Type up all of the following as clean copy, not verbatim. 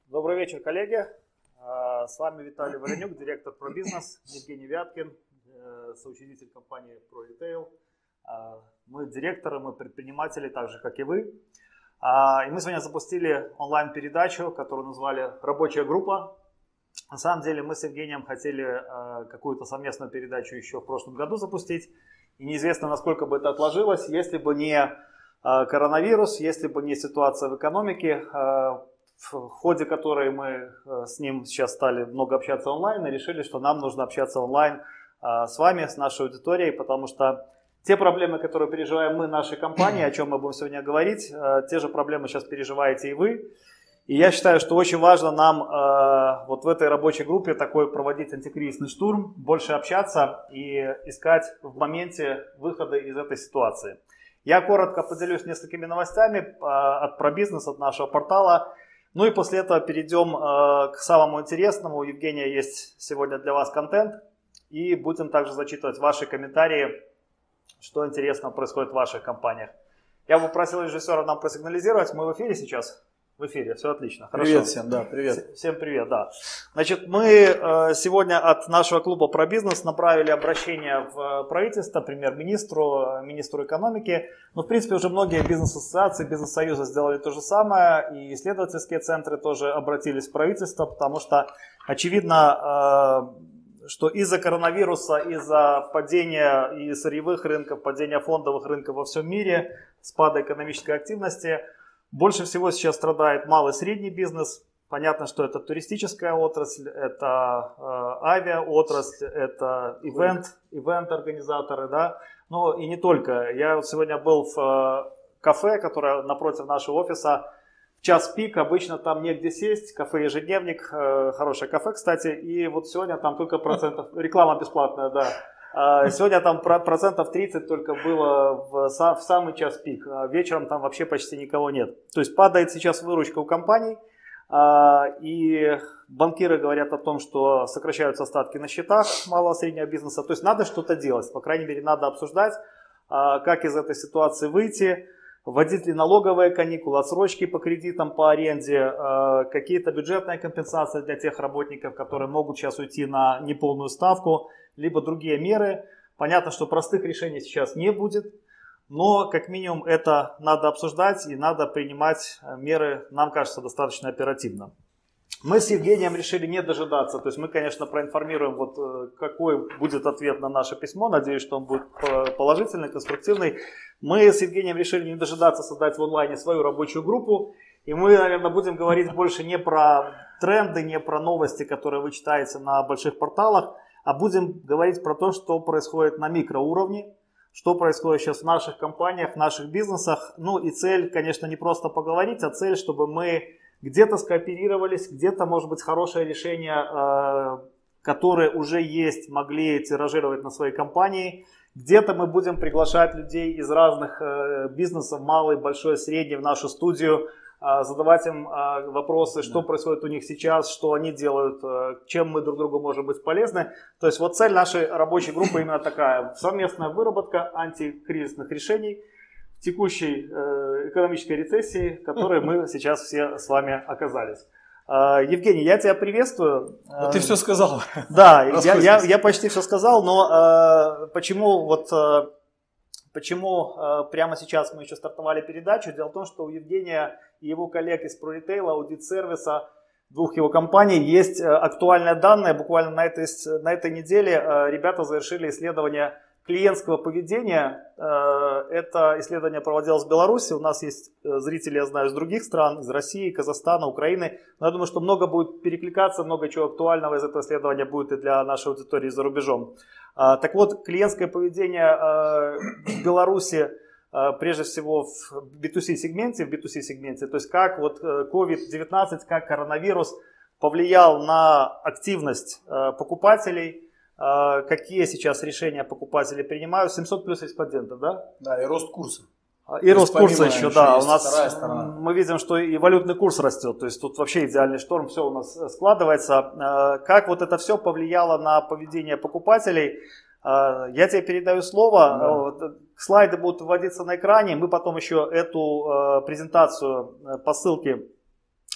Добрый вечер, коллеги. С вами Виталий Воронюк, директор ProBusiness, Евгений Вяткин, соучредитель компании ProRetail. Мы директоры, мы предприниматели, так же как и вы. И мы сегодня запустили онлайн-передачу, которую назвали «Рабочая группа». На самом деле мы с Евгением хотели какую-то совместную передачу еще в прошлом году запустить. И неизвестно, насколько бы это отложилось, если бы не коронавирус, если бы не ситуация в экономике, в ходе которой мы с ним сейчас стали много общаться онлайн и решили, что нам нужно общаться онлайн с вами, с нашей аудиторией, потому что те проблемы, которые переживаем мы, нашей компании, о чем мы будем сегодня говорить, те же проблемы сейчас переживаете и вы. И я считаю, что очень важно нам вот в этой рабочей группе такой проводить антикризисный штурм, больше общаться и искать в моменте выхода из этой ситуации. Я коротко поделюсь несколькими новостями от ProBusiness, от нашего портала. Ну и после этого перейдем к самому интересному. У Евгения есть сегодня для вас контент. И будем также зачитывать ваши комментарии, что интересного происходит в ваших компаниях. Я бы попросил режиссера нам просигнализировать. Мы в эфире сейчас? В эфире, все отлично. Хорошо. Привет всем, да, привет. Всем привет, да. Значит, мы сегодня от нашего клуба ProBusiness направили обращение в правительство, премьер-министру, министру экономики. Но, в принципе, уже многие бизнес-ассоциации, бизнес-союзы сделали то же самое. И исследовательские центры тоже обратились в правительство, потому что очевидно, что из-за коронавируса, из-за падения и сырьевых рынков, падения фондовых рынков во всем мире, спада экономической активности, больше всего сейчас страдает малый и средний бизнес. Понятно, что это туристическая отрасль, это авиаотрасль, это ивент-организаторы, да. Но и не только. Я вот сегодня был в кафе, которое напротив нашего офиса. В час пик, обычно там негде сесть. Кафе «Ежедневник», хорошее кафе, кстати. И вот сегодня там только процентов, реклама бесплатная, да. Сегодня там процентов 30 только было в самый час пик. Вечером там вообще почти никого нет. То есть падает сейчас выручка у компаний. И банкиры говорят о том, что сокращаются остатки на счетах малого и среднего бизнеса. То есть надо что-то делать. По крайней мере, надо обсуждать, как из этой ситуации выйти. Вводить ли налоговые каникулы, отсрочки по кредитам, по аренде, какие-то бюджетные компенсации для тех работников, которые могут сейчас уйти на неполную ставку, либо другие меры. Понятно, что простых решений сейчас не будет, но как минимум это надо обсуждать и надо принимать меры, нам кажется, достаточно оперативно. Мы с Евгением решили не дожидаться, то есть мы, конечно, проинформируем, вот какой будет ответ на наше письмо, надеюсь, что он будет положительный, конструктивный. Мы с Евгением решили не дожидаться создать в онлайне свою рабочую группу, и мы, наверное, будем говорить больше не про тренды, не про новости, которые вы читаете на больших порталах, а будем говорить про то, что происходит на микроуровне, что происходит сейчас в наших компаниях, в наших бизнесах. Ну и цель, конечно, не просто поговорить, а цель, чтобы мы где-то скооперировались, где-то, может быть, хорошее решение, которые уже есть, могли тиражировать на своей компании. Где-то мы будем приглашать людей из разных бизнесов, малый, большой, средний, в нашу студию, задавать им вопросы, что происходит у них сейчас, что они делают, чем мы друг другу можем быть полезны. То есть вот цель нашей рабочей группы именно такая: совместная выработка антикризисных решений в текущей экономической рецессии, в которой мы сейчас все с вами оказались. Евгений, я тебя приветствую. Ты все сказал. Да, я почти все сказал, но почему прямо сейчас мы еще стартовали передачу? Дело в том, что у Евгения и его коллег из ProRetail, аудит-сервиса, двух его компаний, есть актуальные данные. Буквально на этой неделе ребята завершили исследование клиентского поведения. Это исследование проводилось в Беларуси. У нас есть зрители, я знаю, из других стран, из России, Казахстана, Украины. Но я думаю, что много будет перекликаться, много чего актуального из этого исследования будет и для нашей аудитории за рубежом. Так вот, клиентское поведение в Беларуси, прежде всего в B2C-сегменте, то есть как вот COVID-19, как коронавирус повлиял на активность покупателей, какие сейчас решения покупатели принимают. 700 плюс респондентов, да? Да, и рост курса. И рост курса еще, да. У нас мы видим, что и валютный курс растет. То есть тут вообще идеальный шторм, все у нас складывается. Как вот это все повлияло на поведение покупателей? Я тебе передаю слово. Да. Слайды будут вводиться на экране. Мы потом еще эту презентацию по ссылке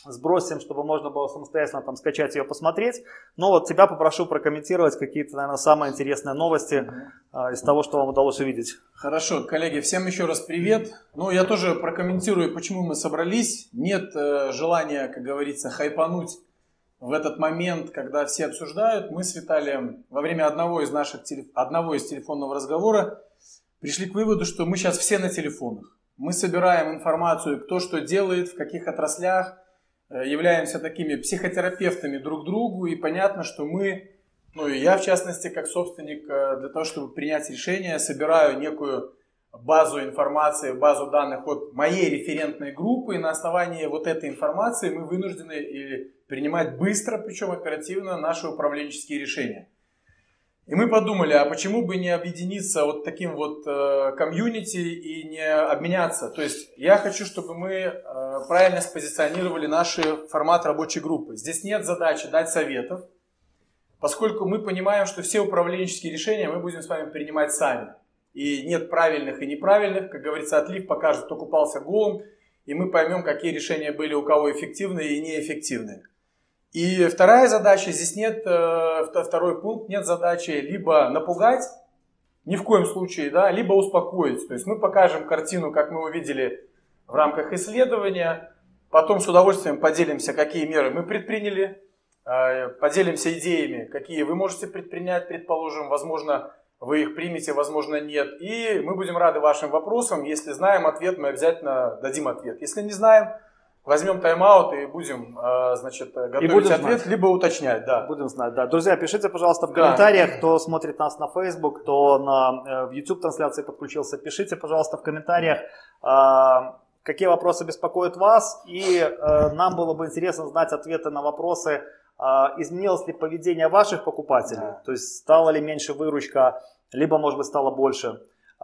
сбросим, чтобы можно было самостоятельно там скачать ее, посмотреть. Но вот тебя попрошу прокомментировать какие-то, наверное, самые интересные новости из того, что вам удалось увидеть. Хорошо, коллеги, всем еще раз привет. Ну, я тоже прокомментирую, почему мы собрались. Нет желания, как говорится, хайпануть в этот момент, когда все обсуждают. Мы с Виталием во время одного из телефонного разговора пришли к выводу, что мы сейчас все на телефонах. Мы собираем информацию, кто что делает, в каких отраслях, являемся такими психотерапевтами друг другу. И понятно, что мы, ну и я в частности, как собственник, для того, чтобы принять решение, собираю некую базу информации, базу данных от моей референтной группы. И на основании вот этой информации мы вынуждены принимать быстро, причем оперативно, наши управленческие решения. И мы подумали, а почему бы не объединиться вот таким вот комьюнити и не обменяться? То есть я хочу, чтобы мы правильно спозиционировали наш формат рабочей группы. Здесь нет задачи дать советов, поскольку мы понимаем, что все управленческие решения мы будем с вами принимать сами. И нет правильных и неправильных. Как говорится, отлив покажет, кто купался голым. И мы поймем, какие решения были у кого эффективные и неэффективные. И вторая задача, здесь нет, второй пункт, нет задачи либо напугать, ни в коем случае, да, либо успокоить. То есть мы покажем картину, как мы увидели в рамках исследования, потом с удовольствием поделимся, какие меры мы предприняли, поделимся идеями, какие вы можете предпринять, предположим, возможно, вы их примете, возможно, нет. И мы будем рады вашим вопросам. Если знаем ответ, мы обязательно дадим ответ. Если не знаем, возьмем тайм-аут и будем, готовить ответ, либо уточнять. Да. Будем знать, да. Друзья, пишите, пожалуйста, в комментариях, кто смотрит нас на Facebook, кто в YouTube трансляции подключился, пишите, пожалуйста, в комментариях, какие вопросы беспокоят вас. И нам было бы интересно знать ответы на вопросы, изменилось ли поведение ваших покупателей, то есть стала ли меньше выручка, либо, может быть, стало больше.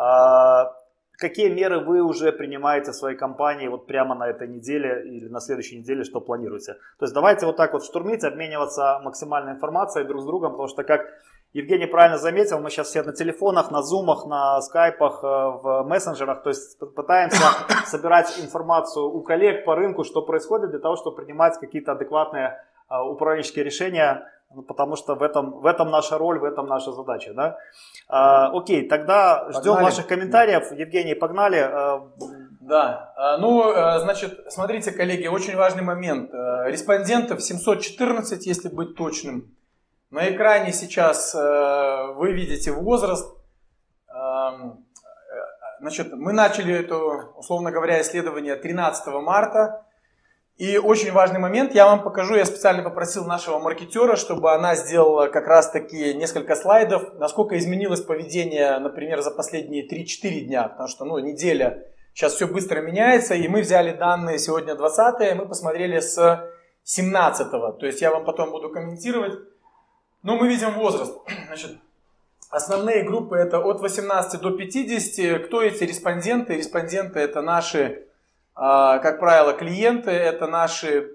Какие меры вы уже принимаете в своей компании вот прямо на этой неделе или на следующей неделе, что планируете? То есть давайте вот так вот штурмить, обмениваться максимальной информацией друг с другом, потому что, как Евгений правильно заметил, мы сейчас все на телефонах, на зумах, на скайпах, в мессенджерах, то есть пытаемся собирать информацию у коллег по рынку, что происходит, для того, чтобы принимать какие-то адекватные управленческие решения, потому что в этом наша роль, в этом наша задача. Да? Окей, тогда ждем ваших комментариев. Евгений, погнали. Да, смотрите, коллеги, очень важный момент. Респондентов 714, если быть точным. На экране сейчас вы видите возраст. Мы начали это, условно говоря, исследование 13 марта. И очень важный момент, я вам покажу, я специально попросил нашего маркетера, чтобы она сделала как раз таки несколько слайдов, насколько изменилось поведение, например, за последние 3-4 дня, потому что неделя, сейчас все быстро меняется, и мы взяли данные сегодня 20-е, мы посмотрели с 17-го, то есть я вам потом буду комментировать. Но мы видим возраст. Основные группы это от 18 до 50, кто эти респонденты? Респонденты это наши, как правило, клиенты, это наши,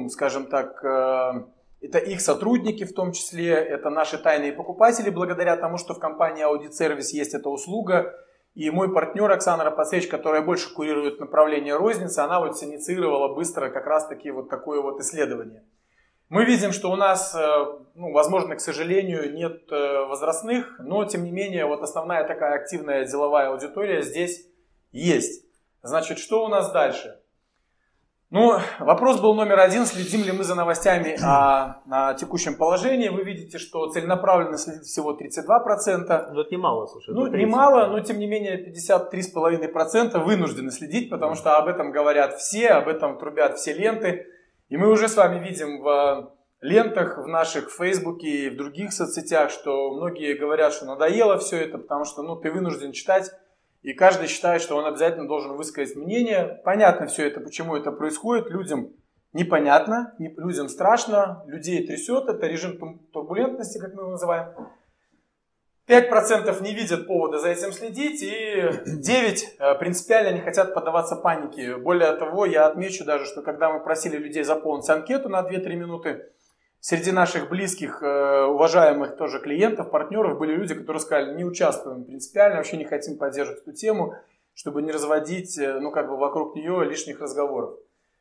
это их сотрудники в том числе, это наши тайные покупатели, благодаря тому, что в компании Audit Service есть эта услуга. И мой партнер Оксана Рапоцевич, которая больше курирует направление розницы, она инициировала быстро как раз таки такое исследование. Мы видим, что у нас, возможно, к сожалению, нет возрастных, но тем не менее основная такая активная деловая аудитория здесь есть. Значит, что у нас дальше? Вопрос был номер один, следим ли мы за новостями на текущем положении. Вы видите, что целенаправленно следит всего 32%. Это немало, слушай. Немало, но тем не менее 53,5% вынуждены следить, потому что об этом говорят все, об этом трубят все ленты. И мы уже с вами видим в лентах, в наших Фейсбуке и в других соцсетях, что многие говорят, что надоело все это, потому что ты вынужден читать. И каждый считает, что он обязательно должен высказать мнение. Понятно все это, почему это происходит. Людям непонятно, людям страшно, людей трясет. Это режим турбулентности, как мы его называем. 5% не видят повода за этим следить. И 9% принципиально не хотят поддаваться панике. Более того, я отмечу даже, что когда мы просили людей заполнить анкету на 2-3 минуты, среди наших близких, уважаемых тоже клиентов, партнеров были люди, которые сказали, не участвуем принципиально, вообще не хотим поддерживать эту тему, чтобы не разводить, вокруг нее лишних разговоров.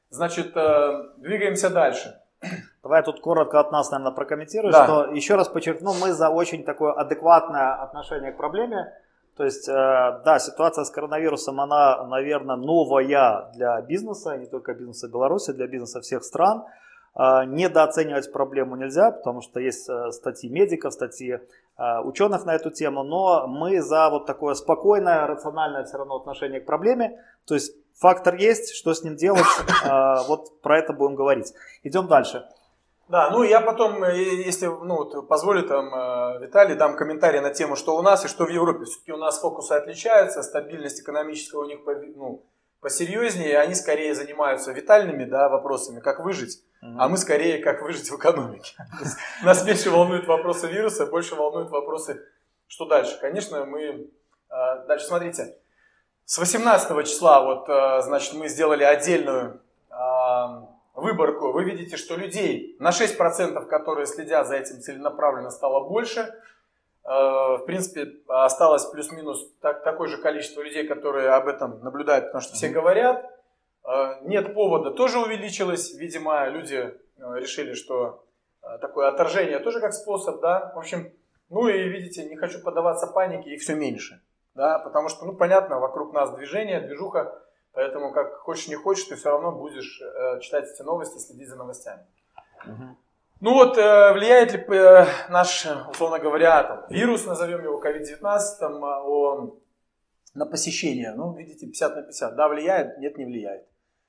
Значит, двигаемся дальше. Давай тут коротко от нас, наверное, прокомментирую, Да. что еще раз подчеркну, мы за очень такое адекватное отношение к проблеме. То есть, да, ситуация с коронавирусом, она, наверное, новая для бизнеса, не только бизнеса Беларуси, для бизнеса всех стран. Недооценивать проблему нельзя, потому что есть статьи медиков, статьи ученых на эту тему, но мы за вот такое спокойное, рациональное все равно отношение к проблеме. То есть фактор есть, что с ним делать, вот про это будем говорить. Идем дальше. Да, ну я потом, если позволит, Виталий, дам комментарий на тему, что у нас и что в Европе. Все-таки у нас фокусы отличаются, стабильность экономическая у них посерьезнее, они скорее занимаются витальными, да, вопросами, как выжить, а мы скорее как выжить в экономике. Нас меньше волнуют вопросы вируса, больше волнуют вопросы, что дальше. Конечно, мы... Дальше, смотрите, с 18 числа, значит, мы сделали отдельную выборку. Вы видите, что людей на 6%, которые следят за этим целенаправленно, стало больше. В принципе, осталось плюс-минус такое же количество людей, которые об этом наблюдают, потому что все говорят. Нет повода, тоже увеличилось. Видимо, люди решили, что такое отторжение тоже как способ, да. В общем, ну и видите, не хочу поддаваться панике, их все меньше. Да, потому что, понятно, вокруг нас движение, движуха. Поэтому, как хочешь не хочешь, ты все равно будешь читать эти новости, следить за новостями. Ну вот, влияет ли наш, условно говоря, вирус, назовем его COVID-19, на посещение? Ну, видите, 50 на 50. Да, влияет, нет, не влияет.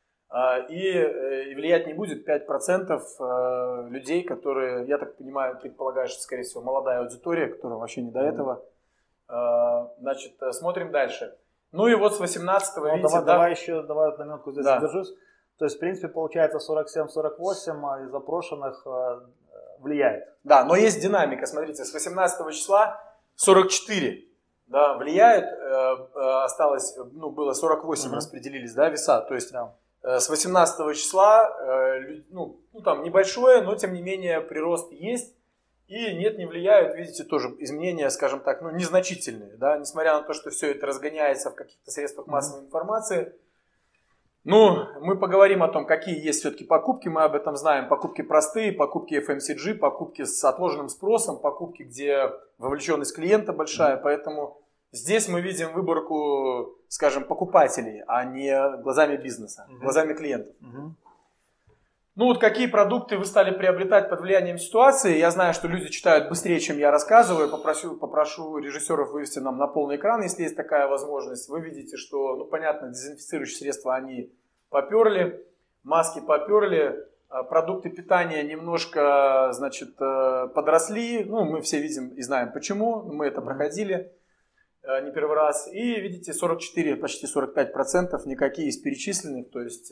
И влиять не будет 5% людей, которые, я так понимаю, предполагаю, что, скорее всего, молодая аудитория, которая вообще не до этого. Значит, смотрим дальше. Ну и вот с 18-го, видите, давай на минутку здесь задержусь. То есть, в принципе, получается 47-48 из опрошенных влияет. Да, но есть динамика. Смотрите, с 18 числа 44 влияет, осталось, было 48 распределились, веса. То есть с 18 числа, там небольшое, но тем не менее прирост есть. И нет, не влияют, видите, тоже изменения, скажем так, незначительные, да, несмотря на то, что все это разгоняется в каких-то средствах массовой информации. Мы поговорим о том, какие есть все-таки покупки, мы об этом знаем. Покупки простые, покупки FMCG, покупки с отложенным спросом, покупки, где вовлеченность клиента большая. Поэтому здесь мы видим выборку, скажем, покупателей, а не глазами бизнеса, глазами клиентов. Какие продукты вы стали приобретать под влиянием ситуации? Я знаю, что люди читают быстрее, чем я рассказываю. Попрошу режиссеров вывести нам на полный экран, если есть такая возможность. Вы видите, что, понятно, дезинфицирующие средства, они поперли, маски поперли, продукты питания немножко, значит, подросли. Мы все видим и знаем почему, мы это проходили не первый раз. И видите, 44, почти 45% никакие из перечисленных, то есть...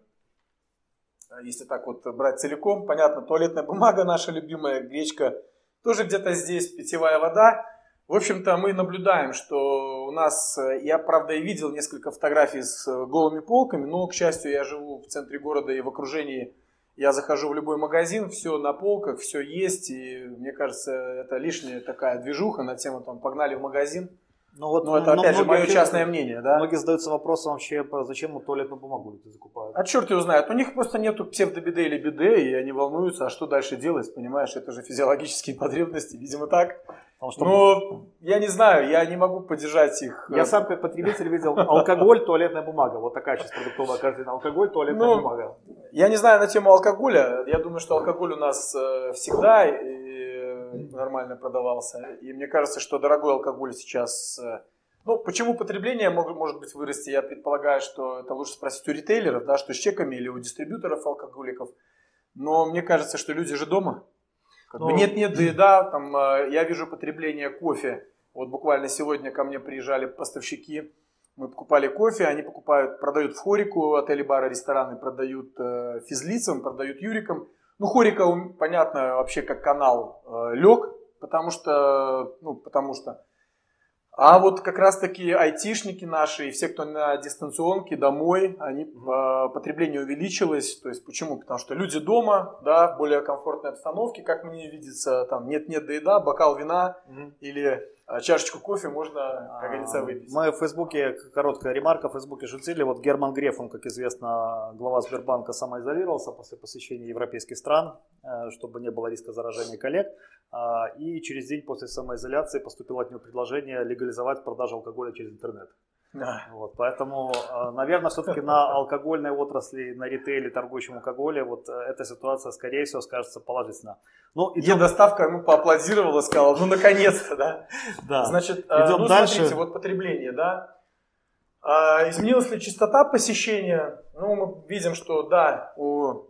Если так брать целиком, понятно, туалетная бумага наша любимая, гречка тоже где-то здесь, питьевая вода. В общем-то, мы наблюдаем, что у нас, я, правда, и видел несколько фотографий с голыми полками, но, к счастью, я живу в центре города и в окружении, я захожу в любой магазин, все на полках, все есть, и мне кажется, это лишняя такая движуха на тему, погнали в магазин. Это опять же мое частное мнение, да? Многие задаются вопросом вообще, зачем туалетную бумагу люди закупают. А черт его знает, у них просто нету псевдобиды или биде, и они волнуются, а что дальше делать, понимаешь, это же физиологические потребности, видимо так. Но я не знаю, я не могу поддержать их. Я сам как потребитель видел алкоголь, туалетная бумага, вот такая сейчас продуктовая картина, алкоголь, туалетная бумага. Я не знаю на тему алкоголя, я думаю, что алкоголь у нас всегда нормально продавался. И мне кажется, что дорогой алкоголь сейчас... почему потребление может быть вырасти? Я предполагаю, что это лучше спросить у ритейлеров, да, что с чеками или у дистрибьюторов алкоголиков. Но мне кажется, что люди же дома. Нет-нет, да, я вижу потребление кофе. Вот буквально сегодня ко мне приезжали поставщики. Мы покупали кофе, они продают в Хорику, отели, бары, рестораны, продают физлицам, продают юрикам. Хорика, понятно, вообще как канал лег, потому что А вот как раз таки айтишники наши и все, кто на дистанционке, домой, потребление увеличилось. То есть почему? Потому что люди дома, да, в более комфортной обстановке, как мне видится, там нет-нет да еда, бокал вина или чашечку кофе можно, как говорится, выпить. Мы в Фейсбуке, короткая ремарка, в Фейсбуке шутили, вот Герман Греф, он, как известно, глава Сбербанка, самоизолировался после посещения европейских стран, чтобы не было риска заражения коллег. И через день после самоизоляции поступило от него предложение легализовать продажу алкоголя через интернет. Да. Вот, поэтому, наверное, все-таки на алкогольной отрасли, на ритейле, торгующем алкоголе, вот эта ситуация, скорее всего, скажется положительно. Ну, доставка ему поаплодировала, сказала, ну, наконец-то, да. Да. Значит, идем дальше. Смотрите, вот потребление, да. Изменилась ли частота посещения? Ну, мы видим, что, да, у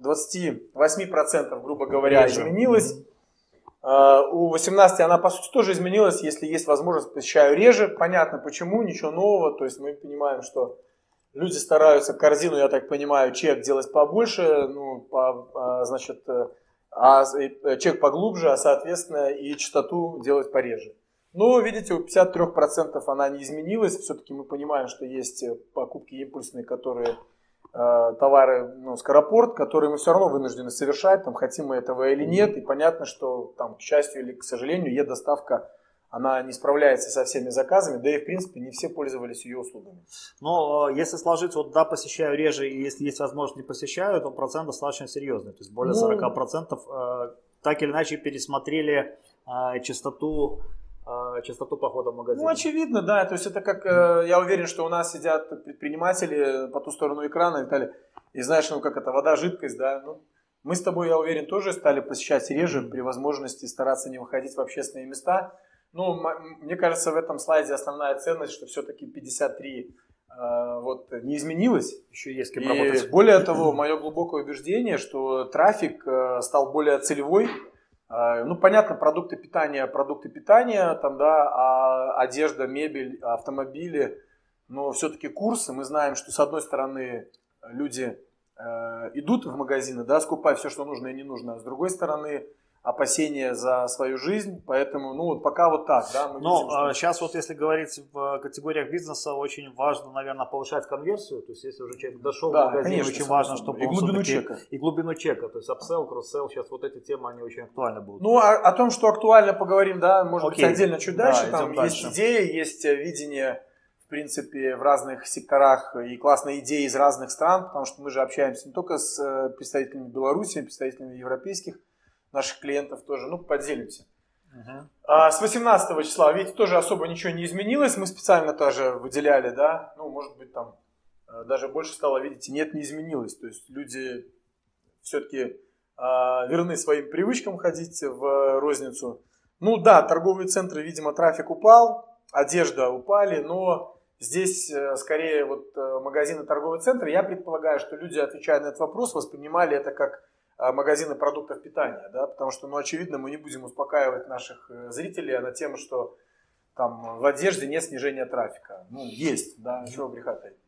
28%, грубо говоря, изменилось. У 18 она, по сути, тоже изменилась. Если есть возможность, посещаю реже. Понятно, почему, ничего нового. То есть мы понимаем, что люди стараются корзину, я так понимаю, чек делать побольше, ну, значит, чек поглубже, а, соответственно, и частоту делать пореже. Но, видите, у 53% она не изменилась. Все-таки мы понимаем, что есть покупки импульсные, которые товары, ну, скоропорт, которые мы все равно вынуждены совершать, там, хотим мы этого или нет. И понятно, что, там, к счастью или к сожалению, Е-доставка, она не справляется со всеми заказами, да и, в принципе, не все пользовались ее услугами. Но если сложить, вот да, посещаю реже, и если есть возможность не посещаю, то процент достаточно серьезный. То есть более 40% так или иначе пересмотрели частоту похода в магазин. Ну, очевидно, да. То есть это как, я уверен, что у нас сидят предприниматели по ту сторону экрана и далее. И знаешь, ну как это, вода, жидкость, да. Ну, мы с тобой, я уверен, тоже стали посещать реже, при возможности стараться не выходить в общественные места. Ну, мне кажется, в этом слайде основная ценность, что все-таки 53 вот, не изменилось. Еще есть с кем работать. Более того, мое глубокое убеждение, что трафик стал более целевой. Ну, понятно, продукты питания, там, да, одежда, мебель, автомобили, но все-таки курсы, мы знаем, что с одной стороны люди идут в магазины, да, скупать все, что нужно и не нужно, а с другой стороны опасения за свою жизнь, поэтому, ну, вот пока вот так, да. Мы но видим, что... сейчас вот если говорить в категориях бизнеса, очень важно, наверное, повышать конверсию, то есть если уже человек дошел в магазин, конечно, очень важно, чтобы и глубину чека. И глубину чека, то есть апселл, кросселл, сейчас вот эти темы, они очень актуальны будут. Ну, о том, что актуально, поговорим, да, может быть, отдельно чуть дальше, да, там дальше. Есть идеи, есть видение, в принципе, в разных секторах и классные идеи из разных стран, потому что мы же общаемся не только с представителями Беларуси, представителями европейских наших клиентов тоже, ну, поделимся. С 18 числа, видите, тоже особо ничего не изменилось, мы специально тоже выделяли, да, ну, может быть, там даже больше стало, видите, нет, не изменилось, то есть люди все-таки верны своим привычкам ходить в розницу. Ну, да, торговые центры, видимо, трафик упал, одежда упали, но здесь скорее вот магазины, торговые центры, я предполагаю, что люди, отвечая на этот вопрос, воспринимали это как магазины продуктов питания, да, потому что, ну, очевидно, мы не будем успокаивать наших зрителей на тему, что там в одежде нет снижения трафика. Ну, есть, да, чего греха таить.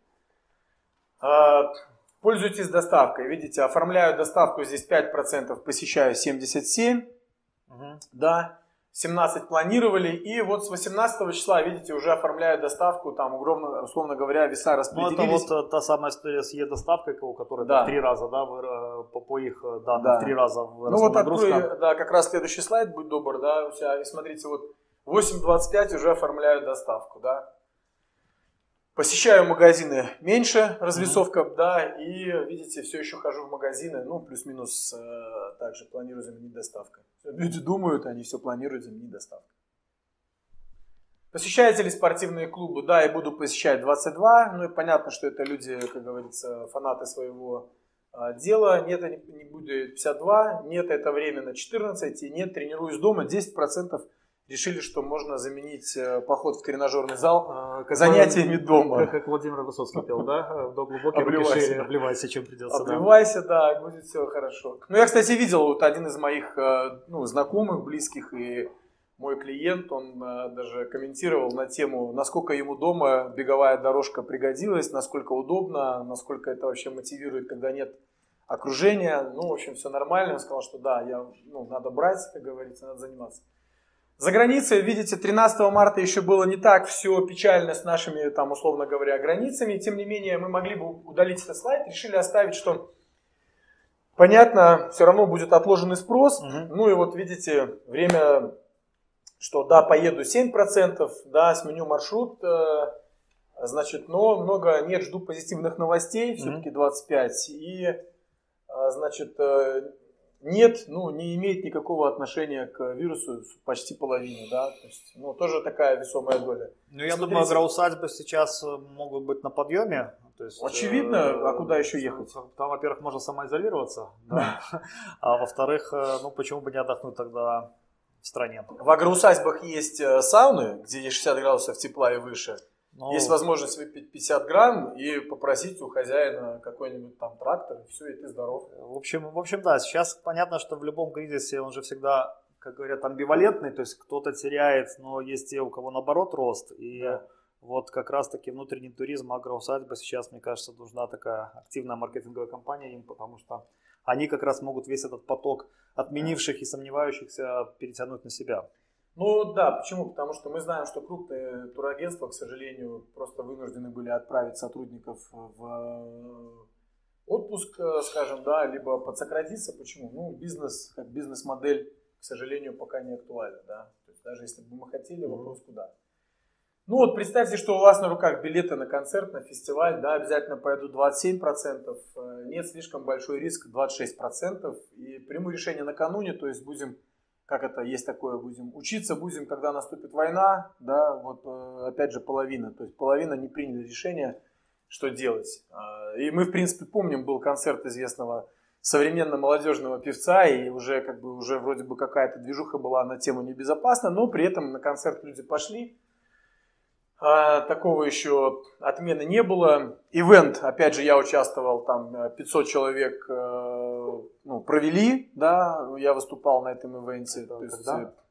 Пользуйтесь доставкой, видите, оформляю доставку здесь 5%, посещаю 77%, да, 17 планировали, и вот с 18 числа, видите, уже оформляю доставку, там, условно говоря, веса распределились. Ну, это вот та самая история с Е-доставкой, которая в 3 раза, да, по их данным, в 3 раза выросла. Ну, вот открою, да, как раз следующий слайд, будь добр, да, у тебя, и смотрите, вот 8.25 уже оформляю доставку, да. Посещаю магазины меньше, развесовка, да, и, видите, все еще хожу в магазины, ну, плюс-минус, также планирую заменить доставкой. Люди думают, они все планируют заменить доставкой. Посещаете ли спортивные клубы? Да, и буду посещать 22, ну, и понятно, что это люди, как говорится, фанаты своего дела. Нет, не буду 52, нет, это временно 14, и нет, тренируюсь дома, 10%. Решили, что можно заменить поход в тренажерный зал занятиями дома. Как Владимир Высоцкий пел, да? До глубокой руки шире, обливайся, чем придется. Обливайся, да, будет все хорошо. Ну, я, кстати, видел, вот один из моих знакомых, близких, и мой клиент, он даже комментировал на тему, насколько ему дома беговая дорожка пригодилась, насколько удобно, насколько это вообще мотивирует, когда нет окружения. Ну, в общем, все нормально. Он сказал, что да, надо брать, как говорится, надо заниматься. За границей, видите, 13 марта еще было не так все печально с нашими, там, условно говоря, границами. Тем не менее, мы могли бы удалить этот слайд, решили оставить, что, понятно, все равно будет отложенный спрос. Ну и вот видите, время, что да, поеду 7%, да, сменю маршрут, значит, но много нет, жду позитивных новостей, все-таки 25%. И, значит, нет, ну, не имеет никакого отношения к вирусу почти половина, да, то есть, ну, тоже такая весомая доля. Ну, я думаю, агроусадьбы сейчас могут быть на подъеме. То есть, очевидно, а куда еще ехать? Там, во-первых, можно самоизолироваться, да? А во-вторых, ну, почему бы не отдохнуть тогда в стране? В агроусадьбах есть сауны, где есть 60 градусов тепла и выше. Ну, есть возможность выпить 50 грамм и попросить у хозяина какой-нибудь там трактор, и все, и ты здоров. В общем, да, сейчас понятно, что в любом кризисе он же всегда, как говорят, амбивалентный, то есть кто-то теряет, но есть те, у кого наоборот рост. И да. Вот как раз-таки внутренний туризм, агроусадьба сейчас, мне кажется, нужна такая активная маркетинговая кампания им, потому что они как раз могут весь этот поток отменивших и сомневающихся перетянуть на себя. Ну да, почему? Потому что мы знаем, что крупные турагентства, к сожалению, просто вынуждены были отправить сотрудников в отпуск, скажем, да, либо подсократиться. Почему? Ну, бизнес, как бизнес-модель, к сожалению, пока не актуальна, да. То есть даже если бы мы хотели, вопрос куда. Ну вот представьте, что у вас на руках билеты на концерт, на фестиваль, да, обязательно пойдут 27%, нет, слишком большой риск 26%, и приму решение накануне, то есть будем... Как это есть такое, будем учиться, будем, когда наступит война, да, вот опять же половина, то есть половина не приняли решение, что делать. И мы, в принципе, помним, был концерт известного современно-молодежного певца, и уже как бы уже вроде бы какая-то движуха была на тему небезопасно, но при этом на концерт люди пошли. Такого еще отмены не было. Ивент, опять же, я участвовал, там 500 человек провели, да, я выступал на этом ивенте. То есть,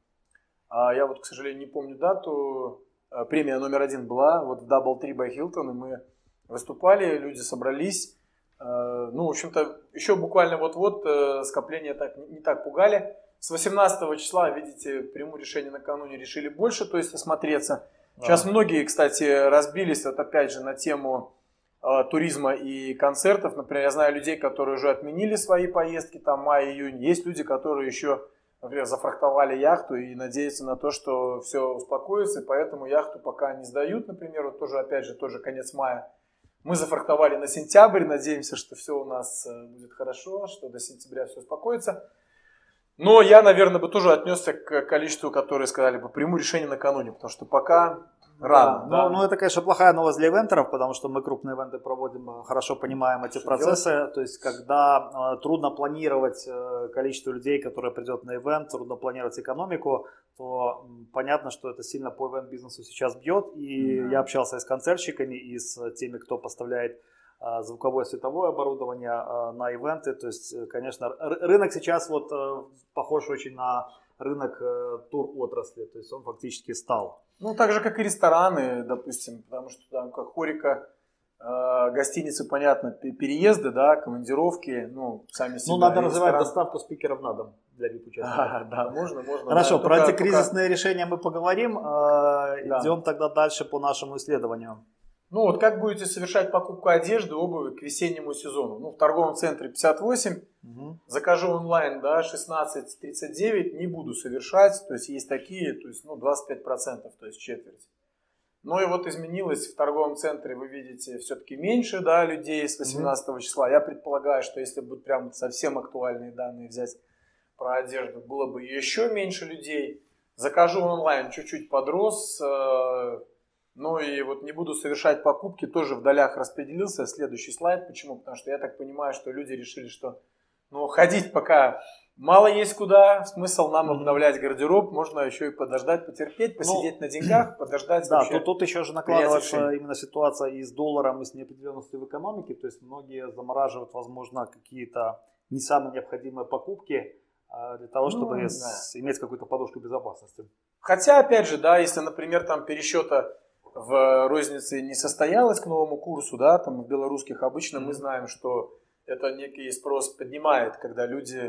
я вот, к сожалению, не помню дату. Премия номер 1 была, вот в Doubletree by Hilton, и мы выступали, люди собрались. Ну, в общем-то, еще буквально вот-вот скопления не так пугали. С 18 числа, видите, приму решение накануне, решили больше, то есть осмотреться. Сейчас многие, кстати, разбились вот опять же на тему туризма и концертов. Например, я знаю людей, которые уже отменили свои поездки, там май-июнь. Есть люди, которые еще, например, зафрахтовали яхту и надеются на то, что все успокоится, и поэтому яхту пока не сдают, например, вот тоже, опять же, тоже конец мая. Мы зафрахтовали на сентябрь, надеемся, что все у нас будет хорошо, что до сентября все успокоится. Но я, наверное, бы тоже отнесся к количеству, которые сказали бы, приму решение накануне, потому что пока рано. Да. Ну, это, конечно, плохая новость для ивентеров, потому что мы крупные ивенты проводим, хорошо понимаем эти процессы. То есть, когда трудно планировать количество людей, которые придет на ивент, трудно планировать экономику, то понятно, что это сильно по ивент-бизнесу сейчас бьет. И я общался и с концертщиками, и с теми, кто поставляет звуковое, световое оборудование на ивенты. То есть, конечно, рынок сейчас вот похож очень на рынок тур-отрасли. То есть он фактически стал. Ну, так же, как и рестораны, допустим, потому что там как хорика, гостиницы, понятно, переезды, да, командировки, ну, сами себе. Ну, надо развивать доставку спикеров на дом для VIP-участников. Да, можно. Хорошо, да, про антикризисные решения мы поговорим. Идем тогда дальше по нашему исследованию. Ну, вот как будете совершать покупку одежды, обуви к весеннему сезону? Ну, в торговом центре 58, закажу онлайн, да, 16.39, не буду совершать, то есть есть такие, то есть, ну, 25%, то есть четверть. Ну, и вот изменилось в торговом центре, вы видите, все-таки меньше, да, людей с 18 числа. Я предполагаю, что если будут прям совсем актуальные данные взять про одежду, было бы еще меньше людей. Закажу онлайн, чуть-чуть подрос. Ну и вот не буду совершать покупки, тоже в долях распределился. Следующий слайд. Почему? Потому что я так понимаю, что люди решили, что ну, ходить пока мало есть куда. Смысл нам обновлять гардероб. Можно еще и подождать, потерпеть, посидеть на деньгах, подождать. Да, тут еще же накладывается именно ситуация и с долларом, и с неопределенностью в экономике. То есть многие замораживают, возможно, какие-то не самые необходимые покупки для того, чтобы иметь какую-то подушку безопасности. Хотя, опять же, да, если, например, там пересчета в рознице не состоялось к новому курсу, да, там в белорусских обычно мы знаем, что это некий спрос поднимает, когда люди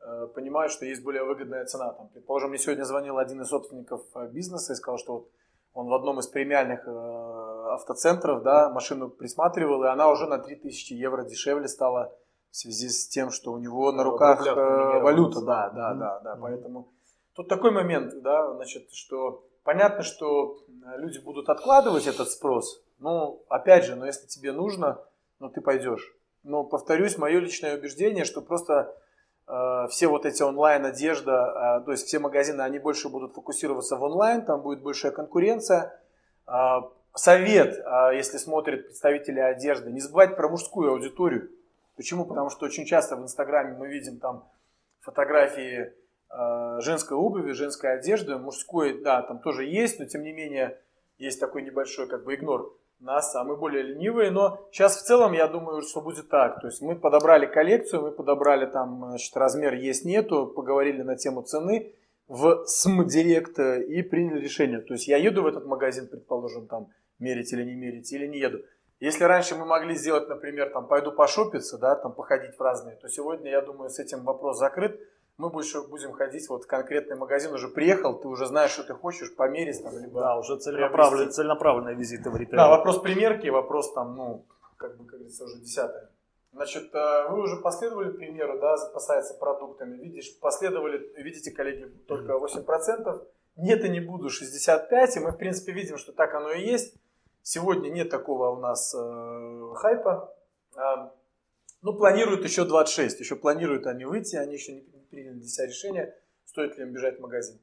понимают, что есть более выгодная цена. Там, предположим, мне сегодня звонил один из собственников бизнеса и сказал, что вот он в одном из премиальных автоцентров, да, машину присматривал, и она уже на 3000 евро дешевле стала в связи с тем, что у него на руках валюта. Да. Поэтому тут такой момент, да, значит, что понятно, что люди будут откладывать этот спрос. Ну, опять же, если тебе нужно, ты пойдешь. Но, повторюсь, мое личное убеждение, что просто все вот эти онлайн-одежда, то есть все магазины, они больше будут фокусироваться в онлайн, там будет большая конкуренция. Совет, если смотрят представители одежды, не забывать про мужскую аудиторию. Почему? Потому что очень часто в Инстаграме мы видим там фотографии женской обуви, женской одежды, мужской, да, там тоже есть, но тем не менее есть такой небольшой как бы игнор нас, а мы более ленивые, но сейчас в целом я думаю, что будет так, то есть мы подобрали коллекцию, мы подобрали там, значит, размер есть нету, поговорили на тему цены в СМ-директ и приняли решение, то есть я еду в этот магазин, предположим, там мерить или не еду. Если раньше мы могли сделать, например, там пойду пошопиться, да, там походить в разные, то сегодня, я думаю, с этим вопрос закрыт. Мы больше будем ходить вот в конкретный магазин, уже приехал, ты уже знаешь, что ты хочешь, померить там, либо... Да, уже целенаправленные визиты в ритейл. Да, вопрос примерки, вопрос там, как говорится, уже 10-е. Значит, вы уже последовали примеру, да, запасается продуктами, видите, коллеги, только 8%, нет и не буду 65%, и мы, в принципе, видим, что так оно и есть. Сегодня нет такого у нас хайпа. Планируют еще 26, еще планируют они выйти, они еще не приняли для себя решение, стоит ли им бежать в магазин.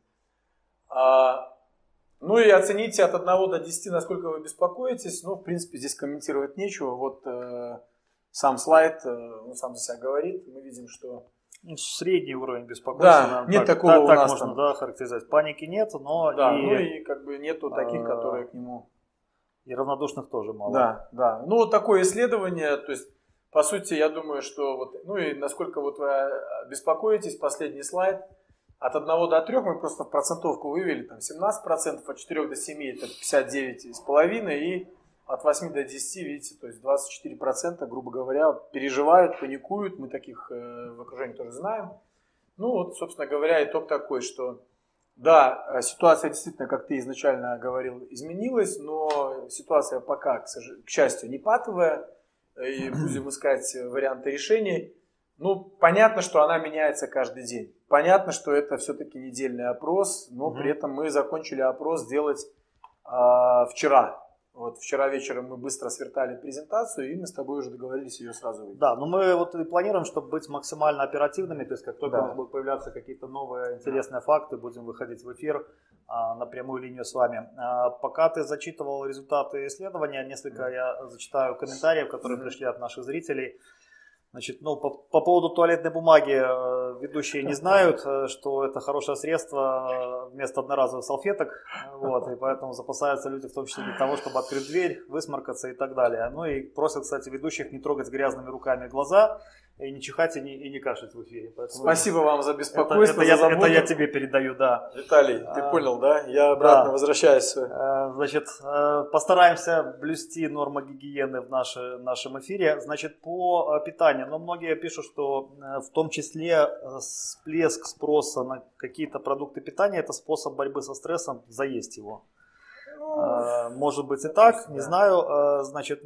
И оцените от 1 до 10, насколько вы беспокоитесь. В принципе, здесь комментировать нечего. Вот сам слайд, он сам за себя говорит. Мы видим, что... Средний уровень беспокойства. Да, нет такого у нас можно, там. Да, характеризовать. Паники нет, но да, и как бы нету таких, которые к нему... И равнодушных тоже мало. Да. Вот такое исследование, то есть, по сути, я думаю, что и насколько вот вы беспокоитесь, последний слайд, от 1 до 3 мы просто в процентовку вывели, там 17%, от 4 до 7 это 59,5%, и от 8 до 10, видите, то есть 24%, грубо говоря, переживают, паникуют, мы таких в окружении тоже знаем. Собственно говоря, итог такой, что да, ситуация действительно, как ты изначально говорил, изменилась, но ситуация пока, к счастью, не патовая, и будем искать варианты решений. Понятно, что она меняется каждый день. Понятно, что это все-таки недельный опрос, но при этом мы закончили опрос делать вчера. Вчера вечером мы быстро свертали презентацию, и мы с тобой уже договорились ее сразу выйти. Да, но мы и планируем, чтобы быть максимально оперативными, то есть как только у нас будут появляться какие-то новые интересные факты, будем выходить в эфир на прямую линию с вами. Пока ты зачитывал результаты исследования, несколько я зачитаю комментариев, которые пришли от наших зрителей. Значит, по поводу туалетной бумаги ведущие не знают, что это хорошее средство вместо одноразовых салфеток, и поэтому запасаются люди в том числе для того, чтобы открыть дверь, высморкаться и так далее. И просят, кстати, ведущих не трогать грязными руками глаза и не чихать и не кашлять в эфире. Поэтому спасибо вам за беспокойство, это я тебе передаю, да. Виталий, ты понял, да? Я обратно возвращаюсь. Значит, постараемся блюсти нормы гигиены в нашем эфире. Значит, по питанию. Но многие пишут, что в том числе всплеск спроса на какие-то продукты питания – это способ борьбы со стрессом, заесть его. Может быть и так, не знаю. Значит,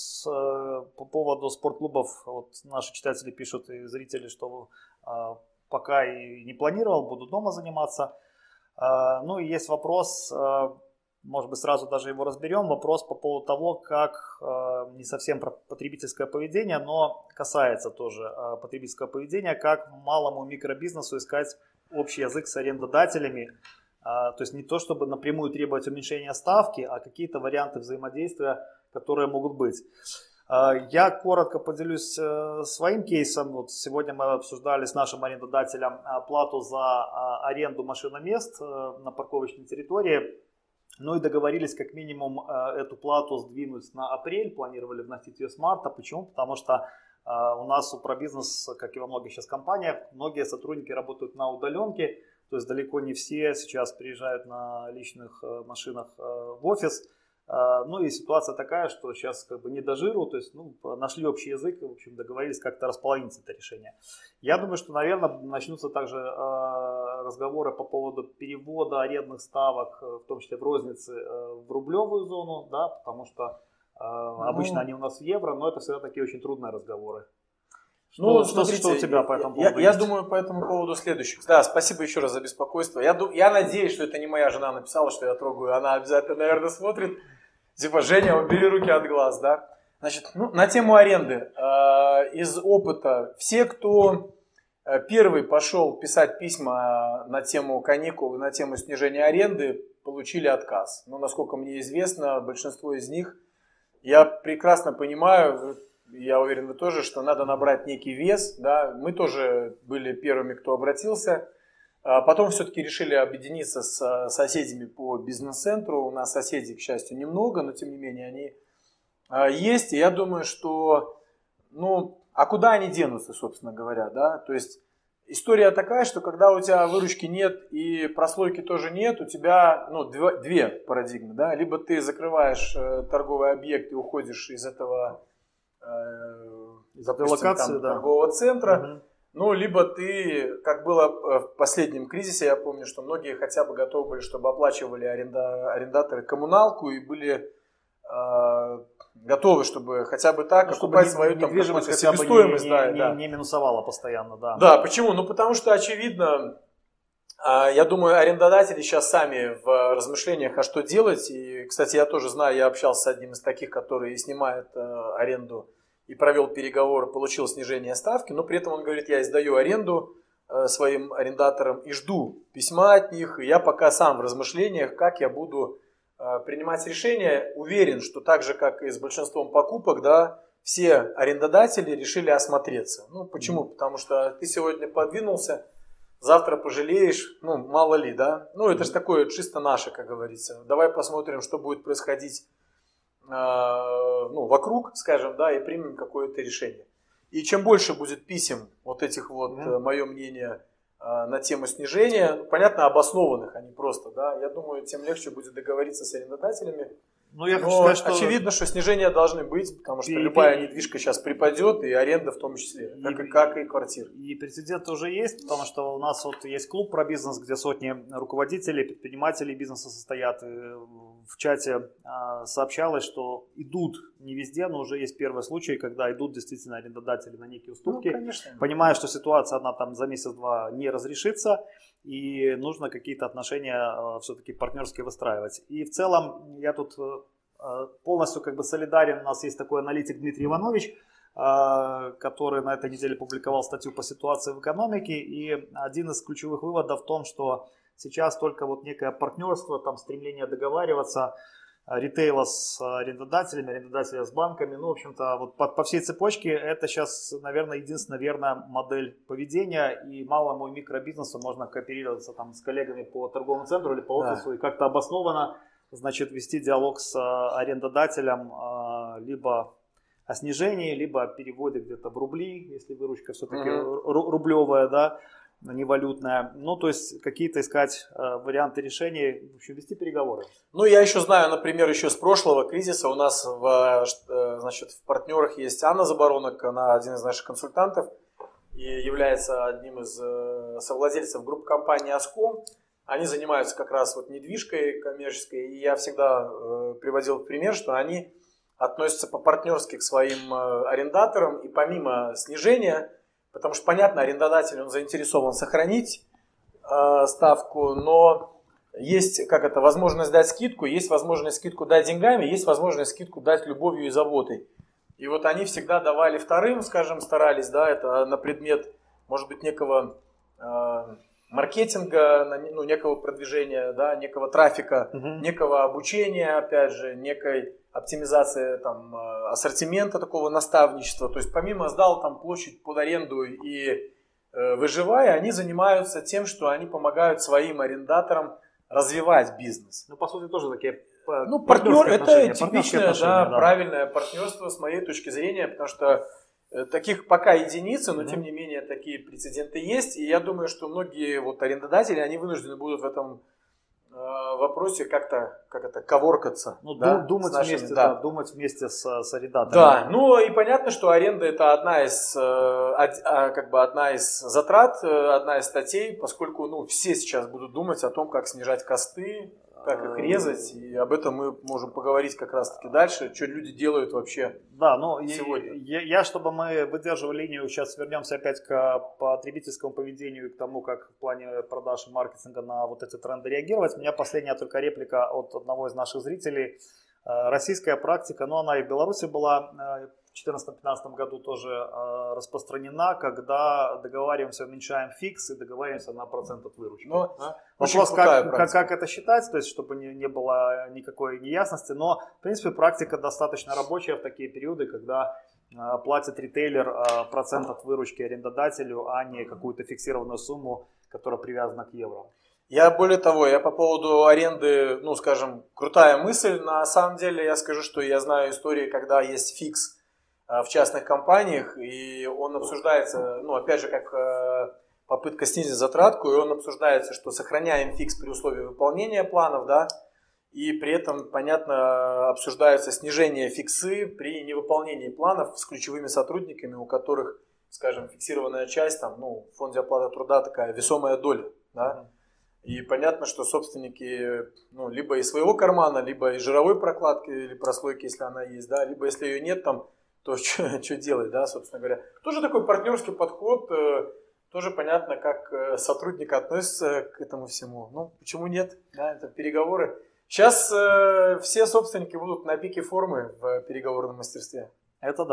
по поводу спортклубов, наши читатели пишут и зрители, что пока и не планировал, буду дома заниматься. И есть вопрос, может быть сразу даже его разберем, вопрос по поводу того, как не совсем про потребительское поведение, но касается тоже потребительского поведения, как малому микробизнесу искать общий язык с арендодателями. То есть не то, чтобы напрямую требовать уменьшения ставки, а какие-то варианты взаимодействия, которые могут быть. Я коротко поделюсь своим кейсом. Сегодня мы обсуждали с нашим арендодателем плату за аренду машиномест на парковочной территории. И договорились как минимум эту плату сдвинуть на апрель, планировали вносить ее с марта. Почему? Потому что у нас у ProBusiness, как и во многих сейчас компаниях, многие сотрудники работают на удаленке. То есть далеко не все сейчас приезжают на личных машинах в офис. Ну и ситуация такая, что сейчас как бы не до жиру, то есть нашли общий язык, в общем, договорились как-то располовинить это решение. Я думаю, что, наверное, начнутся также разговоры по поводу перевода арендных ставок, в том числе в рознице, в рублевую зону, да, потому что обычно они у нас в евро, но это всегда такие очень трудные разговоры. Что у тебя по этому поводу я думаю по этому поводу следующее. Да, спасибо еще раз за беспокойство. Я надеюсь, что это не моя жена написала, что я трогаю. Она обязательно, наверное, смотрит. Типа, Женя, убери руки от глаз, да? Значит, на тему аренды. Из опыта, все, кто первый пошел писать письма на тему каникул и на тему снижения аренды, получили отказ. Но, насколько мне известно, большинство из них, я прекрасно понимаю, я уверен, вы тоже, что надо набрать некий вес. Да? Мы тоже были первыми, кто обратился. Потом все-таки решили объединиться с соседями по бизнес-центру. У нас соседей, к счастью, немного, но тем не менее они есть. И я думаю, что, а куда они денутся, собственно говоря, да? То есть история такая, что когда у тебя выручки нет и прослойки тоже нет, у тебя две парадигмы, да? Либо ты закрываешь торговый объект и уходишь из этого локации, торгового центра. Либо ты, как было в последнем кризисе, я помню, что многие хотя бы готовы были, чтобы оплачивали арендаторы коммуналку и были готовы, чтобы хотя бы так окупать свою недвижимость, себестоимость. Не минусовала постоянно, да. Да, почему? Потому что, очевидно, я думаю, арендодатели сейчас сами в размышлениях, а что делать. И, кстати, я тоже знаю, я общался с одним из таких, который снимает аренду и провел переговоры, получил снижение ставки, но при этом он говорит, я издаю аренду своим арендаторам и жду письма от них, и я пока сам в размышлениях, как я буду принимать решения. Уверен, что так же, как и с большинством покупок, да, все арендодатели решили осмотреться. Почему? Потому что ты сегодня подвинулся, завтра пожалеешь, мало ли, да. Это же такое чисто наше, как говорится. Давай посмотрим, что будет происходить вокруг, скажем, да, и примем какое-то решение. И чем больше будет писем вот этих мое мнение, на тему снижения, понятно, обоснованных, а не просто, да, я думаю, тем легче будет договориться с арендодателями. Я хочу сказать, что очевидно, что снижения должны быть, потому что любая недвижка сейчас припадет, и аренда в том числе, как и квартира. И прецедент уже есть, потому что у нас есть клуб про бизнес, где сотни руководителей, предпринимателей бизнеса состоят. И в чате сообщалось, что идут не везде, но уже есть первые случаи, когда идут действительно арендодатели на некие уступки, понимая, что ситуация одна там за месяц-два не разрешится, и нужно какие-то отношения все-таки партнерские выстраивать. И в целом я тут полностью солидарен. У нас есть такой аналитик Дмитрий Иванович, который на этой неделе публиковал статью по ситуации в экономике. И один из ключевых выводов в том, что сейчас только некое партнерство, стремление договариваться ритейла с арендодателями, арендодателя с банками. В общем-то, по всей цепочке это сейчас, наверное, единственная верная модель поведения. И малому и микробизнесу можно кооперироваться с коллегами по торговому центру или по офису и как-то обоснованно, вести диалог с арендодателем либо о снижении, либо о переводе где-то в рубли, если выручка все-таки рублевая, да, не валютная. То есть какие-то искать варианты решений, в общем, вести переговоры. Я еще знаю, например, еще с прошлого кризиса у нас в партнерах есть Анна Заборонок, она один из наших консультантов и является одним из совладельцев группы компании Ascom. Они занимаются как раз недвижкой коммерческой, и я всегда приводил в пример, что они относятся по-партнерски к своим арендаторам, и помимо снижения, потому что, понятно, арендодатель, он заинтересован сохранить ставку, но есть возможность дать скидку, есть возможность скидку дать деньгами, есть возможность скидку дать любовью и заботой. И они всегда давали вторым, скажем, старались, да, это на предмет, может быть, некого маркетинга, некого продвижения, да, некого трафика, некого обучения, опять же, некой оптимизации ассортимента, такого наставничества. То есть помимо сдал площадь под аренду и выживая, они занимаются тем, что они помогают своим арендаторам развивать бизнес. По сути, тоже такие партнер, это типичное, правильное партнерство с моей точки зрения, потому что таких пока единицы, но тем не менее такие прецеденты есть. И я думаю, что многие арендодатели, они вынуждены будут в этом вопросе как-то коворкаться. Ну, да, думать нашими, вместе, да. думать вместе с арендаторами. Да, ну и понятно, что аренда это одна из затрат, одна из статей, поскольку все сейчас будут думать о том, как снижать косты, как их резать, и об этом мы можем поговорить как раз-таки дальше, что люди делают вообще. Да, ну сегодня. Я, чтобы мы выдерживали линию, сейчас вернемся опять к потребительскому поведению и к тому, как в плане продаж и маркетинга на вот эти тренды реагировать. У меня последняя только реплика от одного из наших зрителей. Российская практика, но она и в Беларуси была в 2014-2015 году тоже распространена, когда договариваемся, уменьшаем фикс и договариваемся на процент от выручки. Вопрос, как это считать, то есть чтобы не было никакой неясности, но в принципе практика достаточно рабочая в такие периоды, когда платит ритейлер процент от выручки арендодателю, а не какую-то фиксированную сумму, которая привязана к евро. Более того, я по поводу аренды, скажем, крутая мысль. На самом деле я скажу, что я знаю истории, когда есть фикс в частных компаниях, и он обсуждается, опять же, как попытка снизить затратку, и он обсуждается, что сохраняем фикс при условии выполнения планов, да, и при этом, понятно, обсуждается снижение фиксы при невыполнении планов с ключевыми сотрудниками, у которых, скажем, фиксированная часть, в фонде оплаты труда такая весомая доля, да. И понятно, что собственники, либо из своего кармана, либо из жировой прокладки или прослойки, если она есть, да, либо если ее нет там, то что делать, да, собственно говоря. Тоже такой партнерский подход, тоже понятно, как сотрудник относится к этому всему. Почему нет, да, это переговоры. Сейчас все собственники будут на пике формы в переговорном мастерстве. Это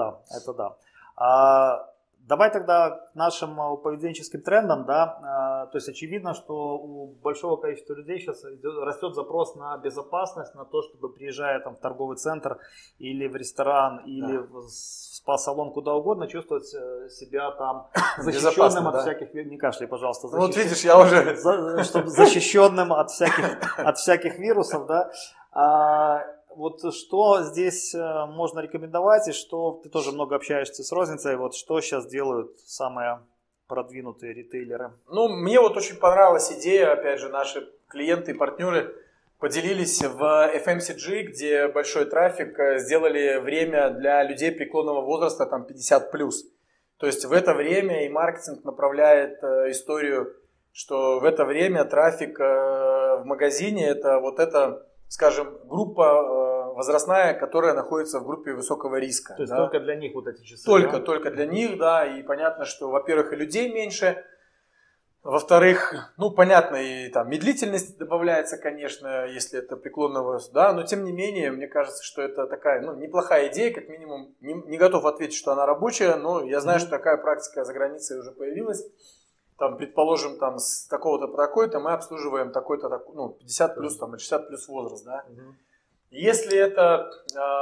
да. Давай тогда к нашим поведенческим трендам, да, то есть очевидно, что у большого количества людей сейчас растет запрос на безопасность, на то, чтобы приезжая в торговый центр или в ресторан, или в спа-салон, куда угодно, чувствовать себя там защищенным от всяких, не кашляй, пожалуйста, видишь, я уже... чтобы защищенным от всяких вирусов, да. Вот что здесь можно рекомендовать, и что ты тоже много общаешься с розницей, вот что сейчас делают самые продвинутые ритейлеры? Мне очень понравилась идея, опять же, наши клиенты и партнеры поделились в FMCG, где большой трафик, сделали время для людей преклонного возраста, 50+. То есть в это время и маркетинг направляет историю, что в это время трафик в магазине это скажем, группа возрастная, которая находится в группе высокого риска. То есть только для них вот эти часы? Только для них, да. И понятно, что, во-первых, и людей меньше. Во-вторых, понятно, и медлительность добавляется, конечно, если это преклонный возраст, да. Но тем не менее, мне кажется, что это такая, неплохая идея, как минимум. Не готов ответить, что она рабочая, но я знаю, что такая практика за границей уже появилась. Предположим, с такого-то по такой-то мы обслуживаем такой-то, 50 плюс или 60 плюс возраст, да. Если это...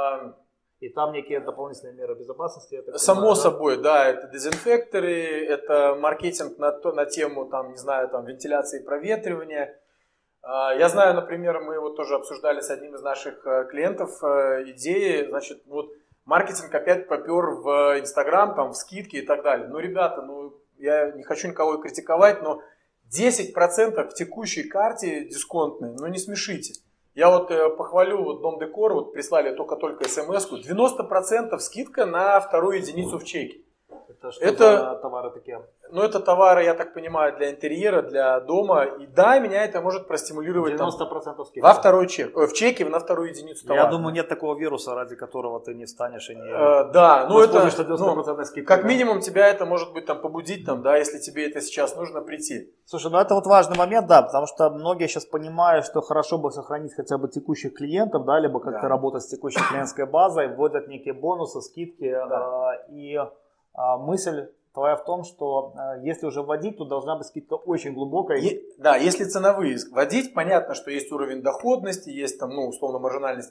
И там некие дополнительные меры безопасности? Само собой, да, это дезинфекторы, это маркетинг на тему, вентиляции и проветривания. Я знаю, например, мы тоже обсуждали с одним из наших клиентов идеи, маркетинг опять попер в Инстаграм, в скидки и так далее. Ребята, я не хочу никого критиковать, но 10% в текущей карте дисконтной, не смешите. Я похвалю Дом Декор, прислали только смс-ку, 90% скидка на вторую единицу в чеке. Это за товары такие? Это товары, я так понимаю, для интерьера, для дома. И да, меня это может простимулировать 90% скидка. Во второй чек. В чеке на вторую единицу товара. Я думаю, нет такого вируса, ради которого ты не встанешь и не... Да, это скидка, как минимум тебя это может быть побудить, если тебе это сейчас нужно прийти. Слушай, это важный момент, да, потому что многие сейчас понимают, что хорошо бы сохранить хотя бы текущих клиентов, да, либо как-то работать с текущей клиентской базой, вводят некие бонусы, скидки, и мысль твоя в том, что если уже вводить, то должна быть скидка очень глубокая. Да, если ценовые вводить, понятно, что есть уровень доходности, есть условно маржинальность.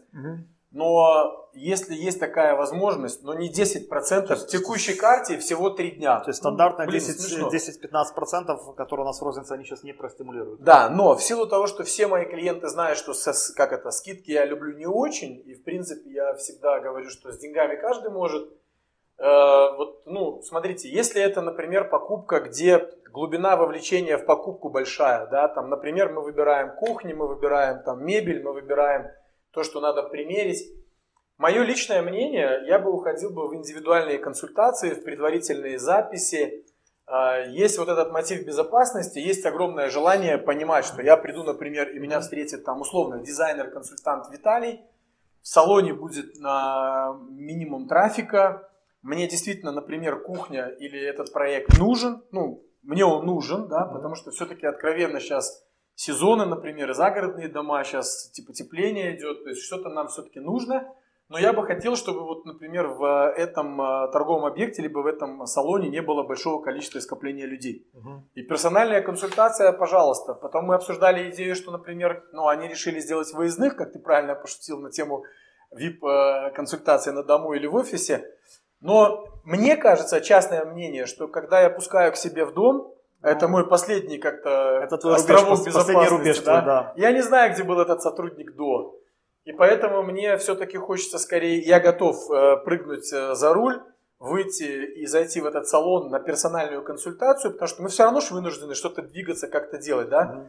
Но если есть такая возможность, но не 10%, в текущей карте всего 3 дня. То есть стандартная 10-15%, которые у нас в рознице, они сейчас не простимулируют. Да, но в силу того, что все мои клиенты знают, что скидки я люблю не очень, и в принципе я всегда говорю, что с деньгами каждый может. Смотрите, если это, например, покупка, где глубина вовлечения в покупку большая, да, там, например, мы выбираем кухни, мы выбираем там мебель, мы выбираем то, что надо примерить. Мое личное мнение, я бы уходил бы в индивидуальные консультации, в предварительные записи. Есть вот этот мотив безопасности, есть огромное желание понимать, что я приду, например, и меня встретит там условно дизайнер-консультант Виталий, в салоне будет на минимум трафика, мне действительно, например, кухня или этот проект нужен, ну, мне он нужен, да, потому что все-таки откровенно сейчас сезоны, например, загородные дома, сейчас потепление идет, то есть что-то нам все-таки нужно. Но я бы хотел, чтобы, вот, например, в этом торговом объекте, либо в этом салоне не было большого количества скопления людей. И персональная консультация, пожалуйста. Потом мы обсуждали идею, что, например, они решили сделать выездных, как ты правильно пошутил на тему VIP-консультации на дому или в офисе. Но мне кажется, частное мнение, что когда я пускаю к себе в дом, это мой последний как-то островок безопасности, рубеж, да? Я не знаю, где был этот сотрудник до. И поэтому мне все-таки хочется скорее, я готов прыгнуть за руль, выйти и зайти в этот салон на персональную консультацию, потому что мы все равно же вынуждены что-то двигаться, как-то делать, да?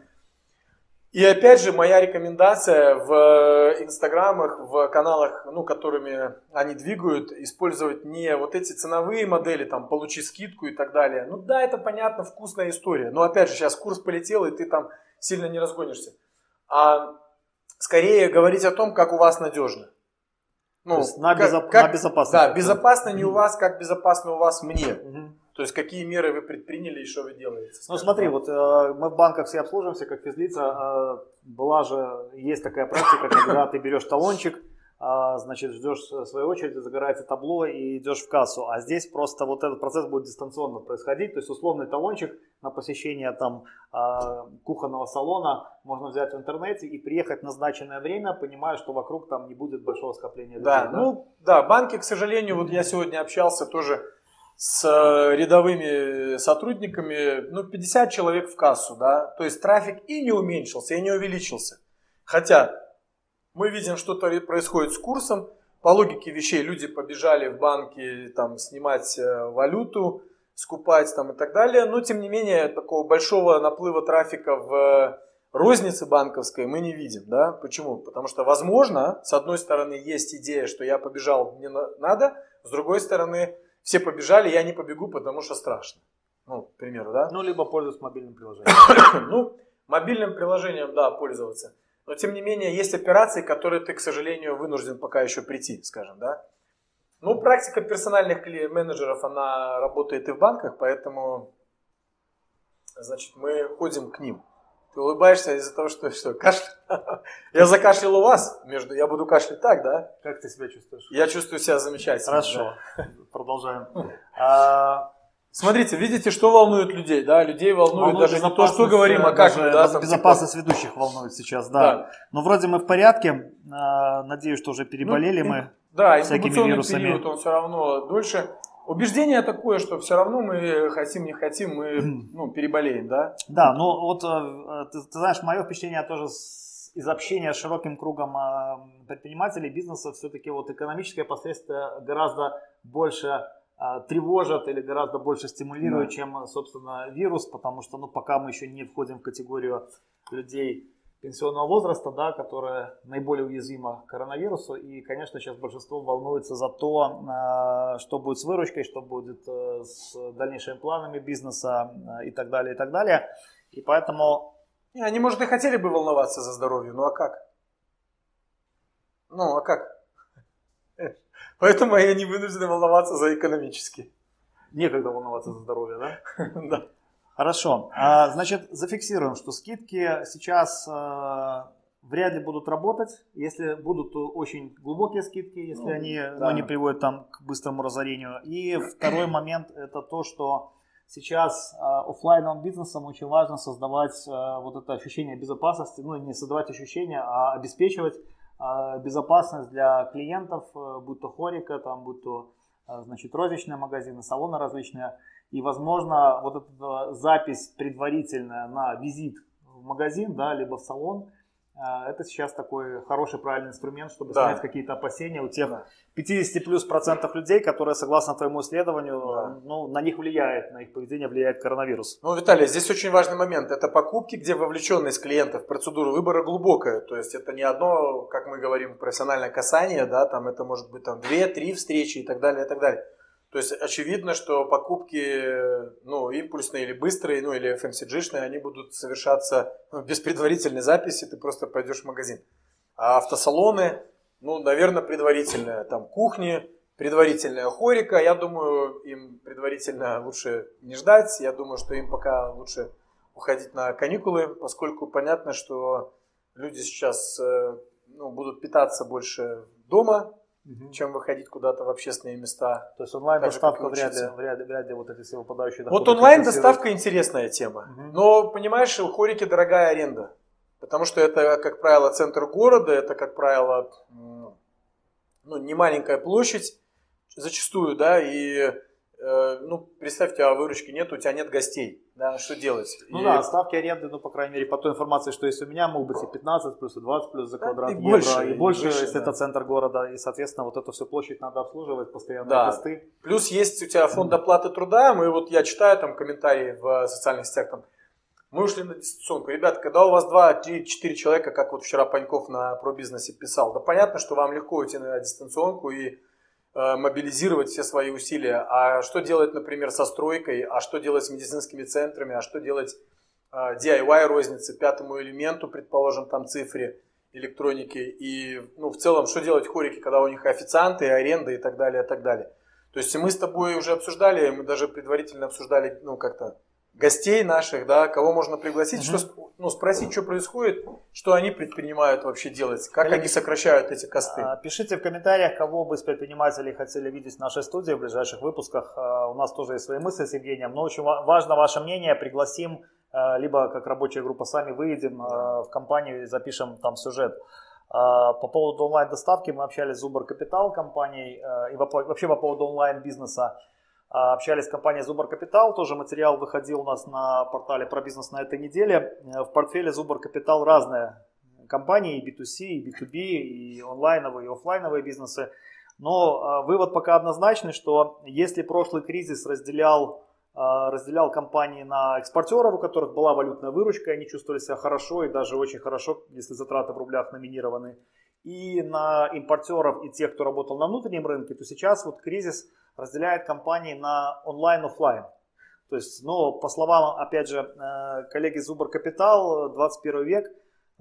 И опять же, моя рекомендация в инстаграмах, в каналах, которыми они двигают, использовать не вот эти ценовые модели, там, получи скидку и так далее. Ну да, это понятно, вкусная история, но опять же, сейчас курс полетел, и ты там сильно не разгонишься. А скорее говорить о том, как у вас надежно. На безопасность. Да, безопасно не у вас, как безопасно у вас мне. То есть, какие меры вы предприняли и что вы делаете? Ну смотри, вот мы в банках все обслуживаемся, как физлица. Есть такая практика, когда ты берешь талончик, значит, ждешь своей очереди, загорается табло и идешь в кассу. А здесь просто вот этот процесс будет дистанционно происходить. То есть условный талончик на посещение там кухонного салона можно взять в интернете и приехать в назначенное время, понимая, что вокруг там не будет большого скопления людей. Да, банки, к сожалению, вот я сегодня общался тоже с рядовыми сотрудниками, 50 человек в кассу, да, то есть трафик и не уменьшился, и не увеличился. Хотя мы видим, что-то происходит с курсом, по логике вещей люди побежали в банки там снимать валюту, скупать там и так далее, но тем не менее такого большого наплыва трафика в рознице банковской мы не видим, да, почему? Потому что, возможно, с одной стороны есть идея, что я побежал, мне надо, с другой стороны, все побежали, я не побегу, потому что страшно. К примеру, да? Либо пользуюсь мобильным приложением. Мобильным приложением, да, пользоваться. Но, тем не менее, есть операции, которые ты, к сожалению, вынужден пока еще прийти, скажем, да? Практика персональных менеджеров, она работает и в банках, поэтому, значит, мы ходим к ним. Ты улыбаешься из-за того, что кашель? Я закашлял у вас, я буду кашлять так, да? Как ты себя чувствуешь? Я чувствую себя замечательно. Хорошо, продолжаем. Смотрите, видите, что волнует людей, да? Людей волнует даже не то, что говорим, а как мы, да? Безопасность ведущих волнует сейчас, да. Но вроде мы в порядке, надеюсь, что уже переболели мы всякими вирусами. Период, он все равно дольше. Убеждение такое, что все равно мы хотим, не хотим, мы переболеем, да? Да, ты знаешь, мое впечатление тоже из общения с широким кругом предпринимателей, бизнеса, все-таки экономическое последствие гораздо больше тревожат или гораздо больше стимулируют, чем, собственно, вирус, потому что, пока мы еще не входим в категорию людей пенсионного возраста, да, которые наиболее уязвимы к коронавирусу, и, конечно, сейчас большинство волнуется за то, что будет с выручкой, что будет с дальнейшими планами бизнеса и так далее, и так далее, и поэтому... Они, может, и хотели бы волноваться за здоровье, а как? А как? Поэтому они вынуждены волноваться за экономически. Некогда волноваться за здоровье, да? Да. Хорошо. Значит, зафиксируем, что скидки сейчас вряд ли будут работать. Если будут, то очень глубокие скидки, если они не приводят к быстрому разорению. И второй момент, это то, что сейчас офлайновым бизнесом очень важно создавать это ощущение безопасности. Не создавать ощущение, а обеспечивать безопасность для клиентов, будь то хорика, будь то розничные магазины, салоны различные. И, возможно, эта запись предварительная на визит в магазин, да, либо в салон, это сейчас такой хороший, правильный инструмент, чтобы снять какие-то опасения у тех 50+ % людей, которые, согласно твоему исследованию, на них влияет, на их поведение влияет коронавирус. Ну, Виталий, здесь очень важный момент. Это покупки, где вовлеченность клиентов в процедуру выбора глубокая. То есть это не одно, как мы говорим, профессиональное касание, да, там это может быть там 2-3 встречи и так далее, и так далее. То есть очевидно, что покупки, импульсные или быстрые, или FMCG-шные, они будут совершаться без предварительной записи, ты просто пойдешь в магазин. А автосалоны, наверное, предварительная там кухни, предварительная хорика, я думаю, им предварительно лучше не ждать, я думаю, что им пока лучше уходить на каникулы, поскольку понятно, что люди сейчас будут питаться больше дома, чем выходить куда-то в общественные места. То есть онлайн-доставка вряд ли вот эти все выпадающие доходы. Вот онлайн-доставка интересная тема. Но, понимаешь, у хорики дорогая аренда. Потому что это, как правило, центр города, это, как правило, не маленькая площадь зачастую, да, и представь, у тебя выручки нет, у тебя нет гостей, да, что делать? Ставки аренды, по крайней мере, по той информации, что есть у меня, могут быть и 15+, и 20+ за квадрат евро, и больше, если это центр города, и, соответственно, вот эту всю площадь надо обслуживать, постоянные косты. Плюс есть у тебя фонд оплаты труда, я читаю там комментарии в социальных сетях, там, мы ушли на дистанционку. Ребята, когда у вас 2-4 человека, как вот вчера Паньков на ProBusiness писал, да понятно, что вам легко уйти на дистанционку и мобилизировать все свои усилия. А что делать, например, со стройкой, а что делать с медицинскими центрами, а что делать DIY рознице, пятому элементу, предположим, там цифре, электроники. И в целом, что делать хорике, когда у них официанты, аренда и так далее, и так далее. То есть мы с тобой уже обсуждали, мы даже предварительно обсуждали, как-то гостей наших, да, кого можно пригласить, спросить, что происходит, что они предпринимают вообще делать, как они сокращают эти косты. Пишите в комментариях, кого бы из предпринимателей хотели видеть в нашей студии в ближайших выпусках. У нас тоже есть свои мысли с Евгением, но очень важно ваше мнение, пригласим, либо как рабочая группа сами выйдем в компанию и запишем там сюжет. По поводу онлайн-доставки мы общались с Uber Capital компанией и вообще по поводу онлайн-бизнеса. Общались с компанией Zubar Capital, тоже материал выходил у нас на портале ProBusiness на этой неделе. В портфеле Zubar Capital разные компании, и B2C, и B2B, и онлайновые, и офлайновые бизнесы. Но вывод пока однозначный, что если прошлый кризис разделял компании на экспортеров, у которых была валютная выручка, они чувствовали себя хорошо и даже очень хорошо, если затраты в рублях номинированы, и на импортеров и тех, кто работал на внутреннем рынке, то сейчас вот кризис разделяет компании на онлайн-офлайн. То есть, по словам, опять же, коллеги из Uber Capital, 21 век,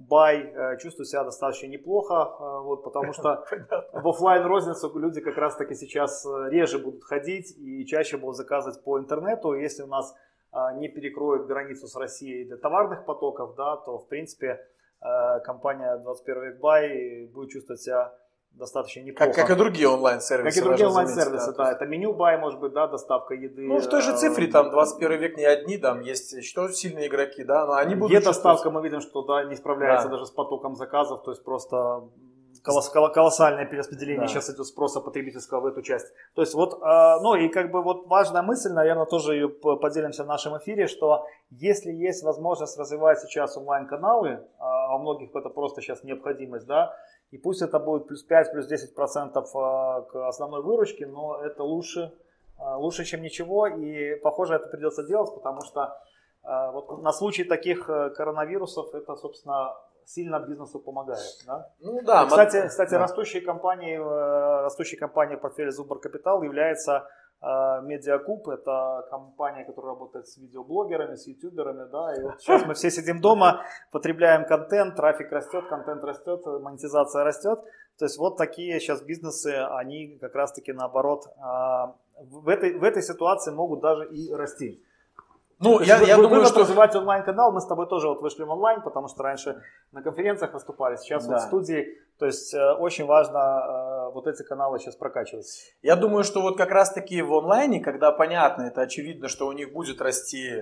buy чувствует себя достаточно неплохо, потому что в офлайн розницу люди как раз таки сейчас реже будут ходить и чаще будут заказывать по интернету. Если у нас не перекроют границу с Россией для товарных потоков, да, то в принципе компания 21 век buy будет чувствовать себя достаточно неплохо. Как и другие онлайн-сервисы. Как и другие онлайн-сервисы, да. Это меню бай, может быть, да, доставка еды. В той же цифре, там, 21 век не одни, там есть еще сильные игроки, да, но они будут... Е-доставка, мы видим, что не справляется даже с потоком заказов, то есть просто колоссальное перераспределение сейчас идет спроса потребительского в эту часть. То есть важная мысль, наверное, тоже ее поделимся в нашем эфире, что если есть возможность развивать сейчас онлайн-каналы, а у многих это просто сейчас необходимость, да, и пусть это будет плюс 5, плюс 10% к основной выручке, но это лучше, чем ничего. И похоже, это придется делать, потому что на случай таких коронавирусов это, собственно, сильно бизнесу помогает. Да? Кстати, растущей компанией в портфеле Zubar Capital является Медиакуб. Это компания, которая работает с видеоблогерами, с ютуберами. Да? И вот сейчас мы все сидим дома, потребляем контент, трафик растет, контент растет, монетизация растет. То есть вот такие сейчас бизнесы, они как раз-таки наоборот в этой ситуации могут даже и расти. Я думаю, что развивать онлайн-канал, мы с тобой тоже вышли в онлайн, потому что раньше на конференциях выступали, сейчас в студии. То есть очень важно вот эти каналы сейчас прокачивать. Я думаю, что вот как раз-таки в онлайне, когда понятно, это очевидно, что у них будет расти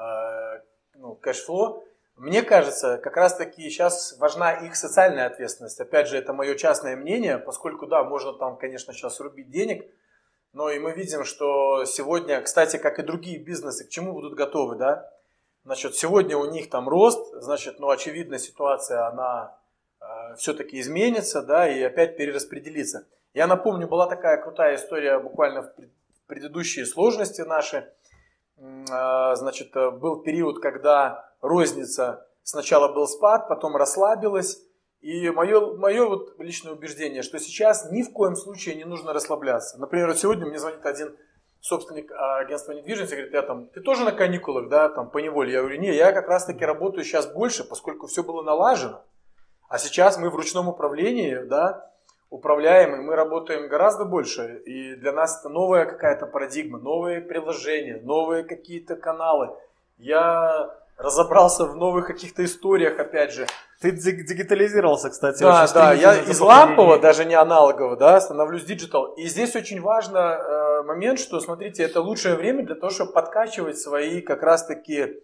кэшфлоу, мне кажется, как раз-таки сейчас важна их социальная ответственность. Опять же, это мое частное мнение, поскольку, можно там, конечно, сейчас рубить денег, но и мы видим, что сегодня, кстати, как и другие бизнесы, к чему будут готовы, да? Значит, сегодня у них там рост, значит, ну, очевидно, ситуация, она все-таки изменится, да, и опять перераспределится. Я напомню, была такая крутая история буквально в предыдущие сложности наши. Значит, был период, когда розница, сначала был спад, потом расслабилась. И мое вот личное убеждение, что сейчас ни в коем случае не нужно расслабляться. Например, вот сегодня мне звонит один собственник агентства недвижимости, говорит, ты тоже на каникулах, да, там, поневоле. Я говорю, не, я как раз таки работаю сейчас больше, поскольку все было налажено. А сейчас мы в ручном управлении, да, управляем, и мы работаем гораздо больше. И для нас это новая какая-то парадигма, новые приложения, новые какие-то каналы. Я разобрался в новых каких-то историях, опять же. Ты дигитализировался, кстати. Да, я из лампового, даже не аналогового, да, становлюсь диджитал. И здесь очень важный момент, что, смотрите, это лучшее время для того, чтобы подкачивать свои как раз-таки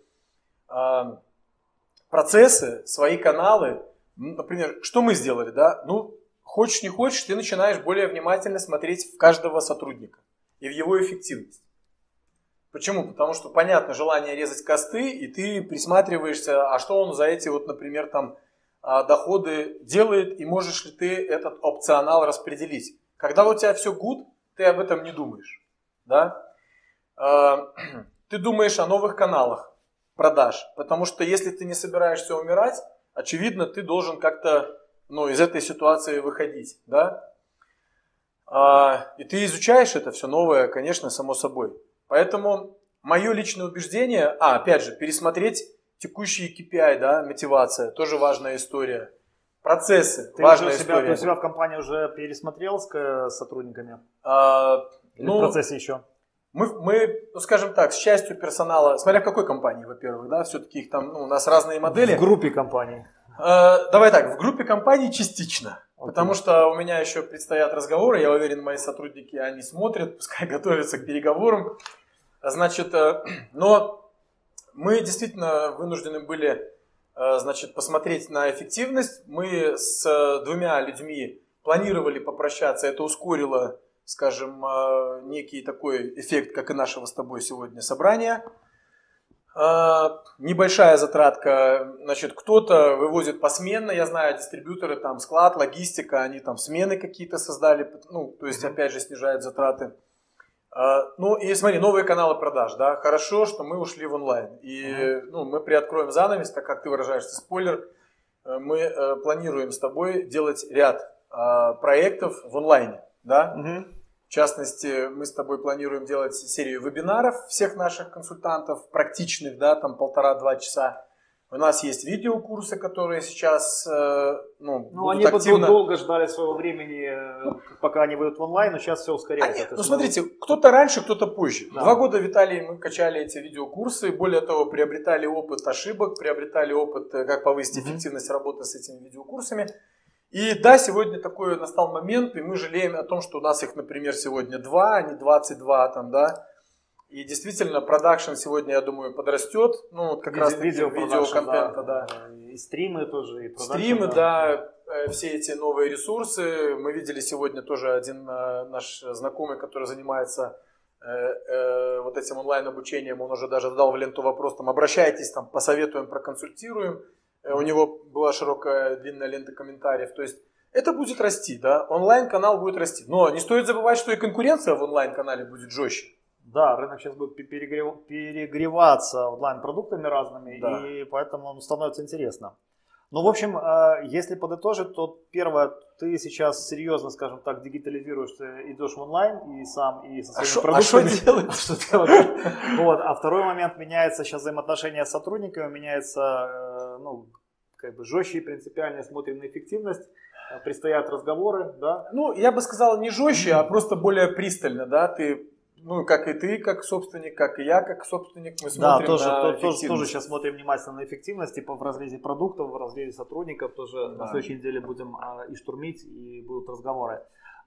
процессы, свои каналы. Например, что мы сделали, да? Ну, хочешь не хочешь, ты начинаешь более внимательно смотреть в каждого сотрудника и в его эффективность. Почему? Потому что, понятно, желание резать косты, и ты присматриваешься, а что он за эти, вот, например, там, доходы делает, и можешь ли ты этот опционал распределить. Когда у тебя все good, ты об этом не думаешь. Да? Ты думаешь о новых каналах продаж, потому что если ты не собираешься умирать, очевидно, ты должен как-то из этой ситуации выходить. Да? И ты изучаешь это все новое, конечно, само собой. Поэтому мое личное убеждение, опять же, пересмотреть текущие KPI, да, мотивация, тоже важная история. Процессы, важная история. Ты у себя в компании уже пересмотрел с сотрудниками? Или в процессе еще? Мы, скажем так, с частью персонала, смотря в какой компании, во-первых, да, все-таки их там, у нас разные модели. В группе компаний. Давай так, в группе компаний частично. Потому что у меня еще предстоят разговоры, я уверен, мои сотрудники, они смотрят, пускай готовятся к переговорам. Значит, но мы действительно вынуждены были, значит, посмотреть на эффективность. Мы с 2 людьми планировали попрощаться, это ускорило, скажем, некий такой эффект, как и нашего с тобой сегодня собрания. Небольшая затратка, значит, кто-то вывозит посменно, я знаю, дистрибьюторы, там, склад, логистика, они там смены какие-то создали, то есть, опять же, снижают затраты. И смотри, новые каналы продаж, да, хорошо, что мы ушли в онлайн, и, мы приоткроем занавес, так как ты выражаешься, спойлер, мы планируем с тобой делать ряд проектов в онлайне, да. В частности, мы с тобой планируем делать серию вебинаров всех наших консультантов, практичных, да, там 1,5-2 часа. У нас есть видеокурсы, которые сейчас будут они активно... долго ждали своего времени, пока они выйдут в онлайн, но сейчас все ускоряется. Смотрите, кто-то раньше, кто-то позже. Да. 2 года, Виталий, мы качали эти видеокурсы, более того, приобретали опыт ошибок, приобретали опыт, как повысить эффективность работы с этими видеокурсами. И да, сегодня такой настал момент, и мы жалеем о том, что у нас их, например, сегодня 2, а не 22 там, да. И действительно, продакшн сегодня, я думаю, подрастет. Как раз видеоконтента, да. И стримы тоже, и продакшн. Стримы, да, все эти новые ресурсы. Мы видели сегодня тоже один наш знакомый, который занимается вот этим онлайн-обучением. Он уже даже задал в ленту вопрос, там, обращайтесь, там, посоветуем, проконсультируем. У него была широкая, длинная лента комментариев. То есть это будет расти, да, онлайн-канал будет расти. Но не стоит забывать, что и конкуренция в онлайн-канале будет жестче. Да, рынок сейчас будет перегреваться онлайн-продуктами разными, да. И поэтому он становится интересно. В общем, если подытожить, то первое, ты сейчас серьезно, скажем так, дигитализируешься, идешь в онлайн и сам, и со своими продуктами. Что делать? А второй момент, меняется сейчас взаимоотношения с сотрудниками, меняется, жестче и принципиально смотрим на эффективность, предстоят разговоры, да? Я бы сказал, не жестче, а просто более пристально, да, ты... как и ты, как собственник, как и я, как собственник, мы смотрим на эффективность. Тоже сейчас смотрим внимательно на эффективность, в разрезе продуктов, в разрезе сотрудников, тоже на следующей неделе будем и штурмить, и будут разговоры.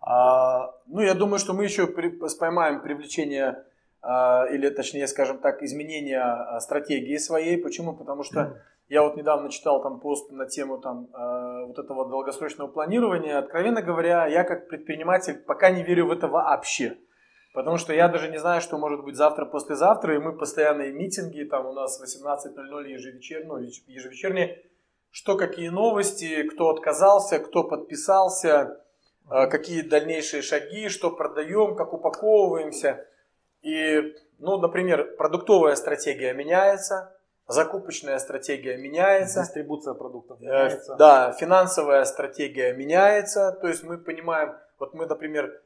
Я думаю, что мы еще поймаем привлечение, или точнее, скажем так, изменения стратегии своей. Почему? Потому что я вот недавно читал там пост на тему вот этого долгосрочного планирования. Откровенно говоря, я как предприниматель пока не верю в это вообще. Потому что я даже не знаю, что может быть завтра, послезавтра, и мы постоянные митинги, там у нас 18:00 ежевечерние, что какие новости, кто отказался, кто подписался, какие дальнейшие шаги, что продаем, как упаковываемся. И, ну, например, продуктовая стратегия меняется, закупочная стратегия меняется. Дистрибуция продуктов меняется. Да, финансовая стратегия меняется. То есть мы понимаем, вот мы, например,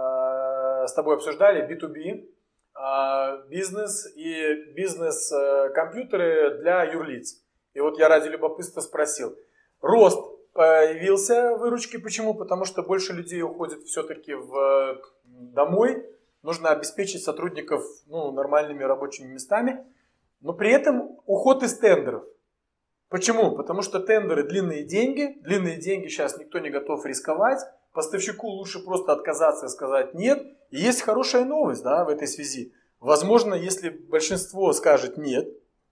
с тобой обсуждали B2B бизнес и бизнес-компьютеры для юрлиц. И вот я ради любопытства спросил. Рост появился выручки. Почему? Потому что больше людей уходит все-таки домой. Нужно обеспечить сотрудников нормальными рабочими местами. Но при этом уход из тендеров. Почему? Потому что тендеры длинные деньги. Длинные деньги сейчас никто не готов рисковать. Поставщику лучше просто отказаться и сказать нет. И есть хорошая новость, да, в этой связи. Возможно, если большинство скажет нет,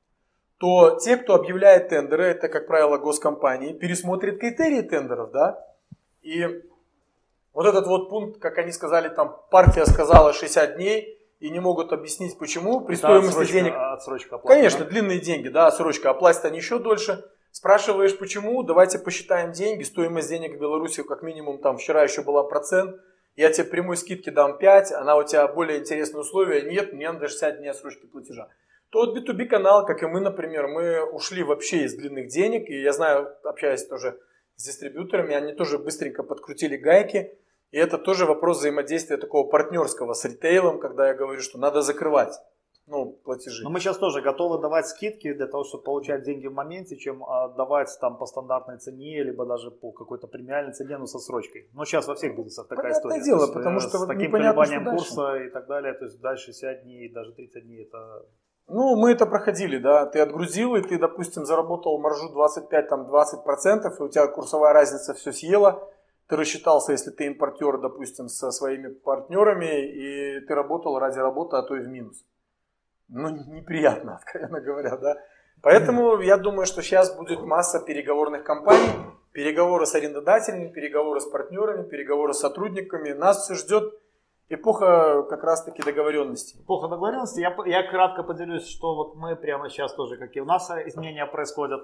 то те, кто объявляет тендеры, это, как правило, госкомпании, пересмотрят критерии тендеров, да. И вот этот вот пункт, как они сказали, там партия сказала 60 дней и не могут объяснить почему. При стоимости денег... Отсрочка оплаты. Конечно, да? Длинные деньги, да, отсрочка. Оплатят они еще дольше. Спрашиваешь почему, давайте посчитаем деньги. Стоимость денег в Беларуси как минимум там вчера еще была 1%. Я тебе прямой скидки дам 5, она у тебя более интересные условия. Нет, мне надо 60 дней отсрочки платежа. То вот B2B канал, как и мы, например, мы ушли вообще из длинных денег. И я знаю, общаясь тоже с дистрибьюторами, они тоже быстренько подкрутили гайки. И это тоже вопрос взаимодействия такого партнерского с ритейлом, когда я говорю, что надо закрывать платежи. Но мы сейчас тоже готовы давать скидки для того, чтобы получать деньги в моменте, чем давать там по стандартной цене, либо даже по какой-то премиальной цене, но со срочкой. Но сейчас во всех бизнесах такая Понятное история. дело, есть, потому что с таким непонятно, колебанием что курса и так далее, то есть дальше 60 дней, даже 30 дней это... Ну, мы это проходили, да. Ты отгрузил, и ты, допустим, заработал маржу 25-20%, и у тебя курсовая разница все съела. Ты рассчитался, если ты импортер, допустим, со своими партнерами, и ты работал ради работы, а то и в минус. Ну, неприятно, откровенно говоря, да. Поэтому я думаю, что сейчас будет масса переговорных кампаний, переговоры с арендодателями, переговоры с партнерами, переговоры с сотрудниками. Нас все ждет эпоха как раз-таки договоренности. Эпоха договоренности. Я кратко поделюсь, что вот мы прямо сейчас тоже, как и у нас изменения происходят.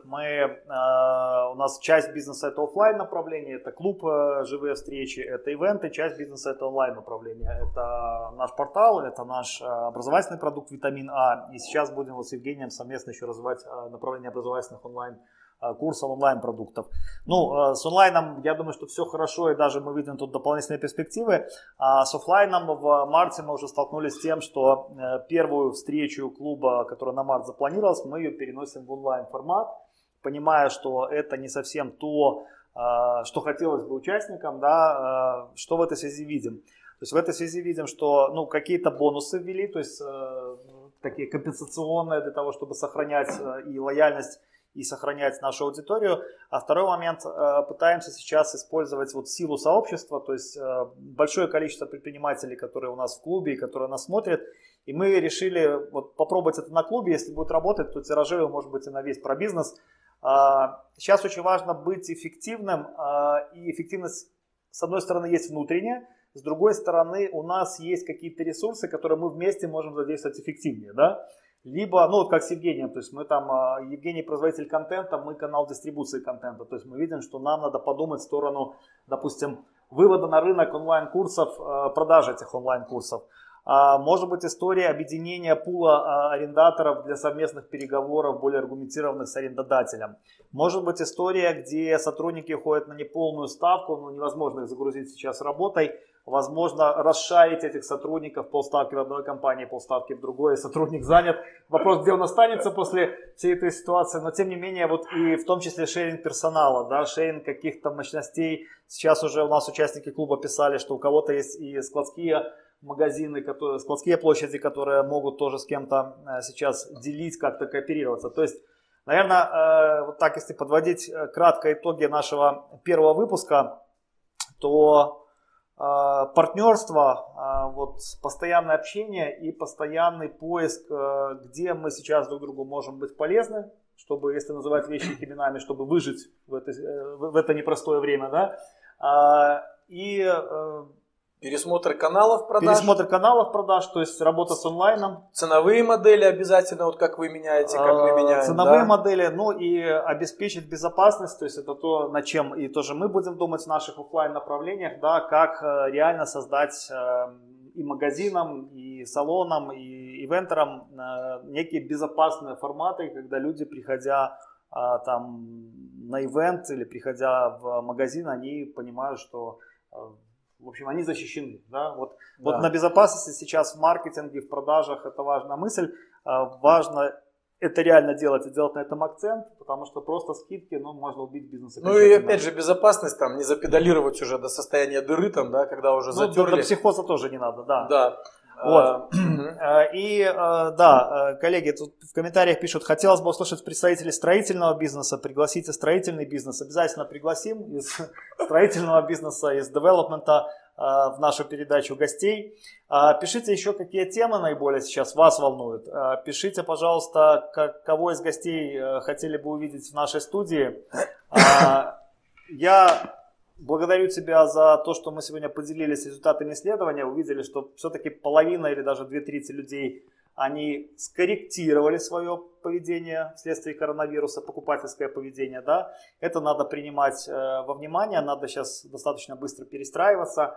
У нас часть бизнеса это офлайн направление, это клуб, живые встречи, это ивенты, часть бизнеса это онлайн направление. Это наш портал, это наш образовательный продукт Витамин А. И сейчас будем вот с Евгением совместно еще развивать направление образовательных курсов онлайн-продуктов. Ну, с онлайном, я думаю, что все хорошо, и даже мы видим тут дополнительные перспективы. А с офлайном в марте мы уже столкнулись с тем, что первую встречу клуба, которая на март запланировалась, мы ее переносим в онлайн-формат, понимая, что это не совсем то, что хотелось бы участникам, да, что в этой связи видим. То есть в этой связи видим, что какие-то бонусы ввели, то есть такие компенсационные для того, чтобы сохранять и лояльность, и сохранять нашу аудиторию. А второй момент, пытаемся сейчас использовать вот силу сообщества, то есть большое количество предпринимателей, которые у нас в клубе и которые нас смотрят. И мы решили вот попробовать это на клубе, если будет работать, то тиражируем, может быть, и на весь про бизнес. Сейчас очень важно быть эффективным, и эффективность, с одной стороны, есть внутренняя, с другой стороны, у нас есть какие-то ресурсы, которые мы вместе можем задействовать эффективнее, да? Либо, вот как с Евгением, то есть мы там, Евгений производитель контента, мы канал дистрибуции контента, то есть мы видим, что нам надо подумать в сторону, допустим, вывода на рынок онлайн-курсов, продажи этих онлайн-курсов. Может быть история объединения пула арендаторов для совместных переговоров, более аргументированных с арендодателем. Может быть история, где сотрудники ходят на неполную ставку, но невозможно их загрузить сейчас работой. Возможно, расшарить этих сотрудников, полставки в одной компании, полставки в другой, сотрудник занят. Вопрос, где он останется после всей этой ситуации, но тем не менее, вот и в том числе шеринг персонала, да, шеринг каких-то мощностей. Сейчас уже у нас участники клуба писали, что у кого-то есть и складские магазины, складские площади, которые могут тоже с кем-то сейчас делить, как-то кооперироваться. То есть, наверное, вот так, если подводить кратко итоги нашего первого выпуска, то партнерство, вот постоянное общение и постоянный поиск, где мы сейчас друг другу можем быть полезны, чтобы, если называть вещи их именами, чтобы выжить в это непростое время, да, и Пересмотр каналов продаж. Пересмотр каналов продаж, то есть работа с онлайном. Ценовые модели обязательно, вот как вы меняете, как мы меняем. Ценовые модели, ну и обеспечить безопасность, то есть это то, над чем и тоже мы будем думать в наших офлайн направлениях, да, как реально создать и магазинам, и салонам, и ивентерам некие безопасные форматы, когда люди, приходя там на ивент или приходя в магазин, они понимают, что в общем, они защищены. Да? Вот на безопасности сейчас в маркетинге, в продажах это важная мысль. Важно это реально делать и делать на этом акцент, потому что просто скидки, можно убить бизнес. Ну и опять же безопасность, там не запедалировать уже до состояния дыры, там, да, когда уже затерли. До психоза тоже не надо, да. Да. Вот. И коллеги тут в комментариях пишут: хотелось бы услышать представителей строительного бизнеса, пригласите строительный бизнес. Обязательно пригласим из строительного бизнеса, из девелопмента в нашу передачу гостей. Пишите еще, какие темы наиболее сейчас вас волнуют. Пишите, пожалуйста, кого из гостей хотели бы увидеть в нашей студии. Я благодарю тебя за то, что мы сегодня поделились результатами исследования. Увидели, что все-таки половина или даже 2/3 людей, они скорректировали свое поведение вследствие коронавируса, покупательское поведение. Да? Это надо принимать во внимание, надо сейчас достаточно быстро перестраиваться.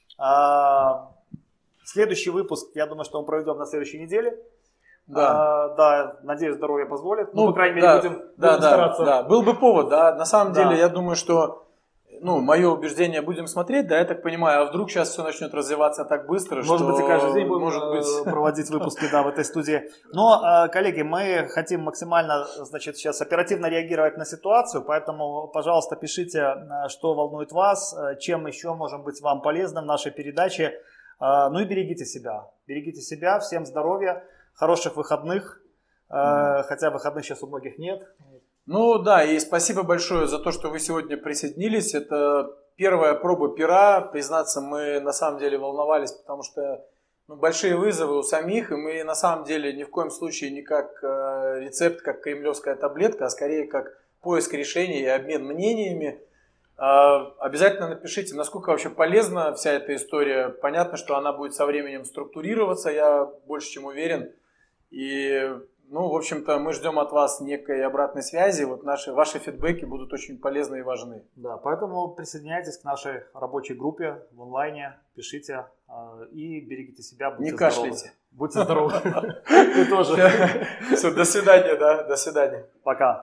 Следующий выпуск, я думаю, что мы проведем на следующей неделе. Да, надеюсь, здоровье позволит. По крайней мере, будем стараться. Да, был бы повод, да. На самом деле, я думаю, что мое убеждение, будем смотреть, да, я так понимаю, а вдруг сейчас все начнет развиваться так быстро, может быть, и каждый день будем проводить выпуски, в этой студии. Но, коллеги, мы хотим максимально, сейчас оперативно реагировать на ситуацию, поэтому, пожалуйста, пишите, что волнует вас, чем еще можем быть вам полезным в нашей передаче. Ну и берегите себя, всем здоровья, хороших выходных, хотя выходных сейчас у многих нет. И спасибо большое за то, что вы сегодня присоединились. Это первая проба пера. Признаться, мы на самом деле волновались, потому что большие вызовы у самих, и мы на самом деле ни в коем случае не как рецепт, как кремлевская таблетка, а скорее как поиск решений и обмен мнениями. Обязательно напишите, насколько вообще полезна вся эта история. Понятно, что она будет со временем структурироваться, я больше чем уверен. И в общем-то, мы ждем от вас некой обратной связи. Вот ваши фидбэки будут очень полезны и важны. Да, поэтому присоединяйтесь к нашей рабочей группе в онлайне, пишите и берегите себя, будьте здоровы. Не кашляйте. Будьте здоровы. Ты тоже. Все, до свидания, да, до свидания. Пока.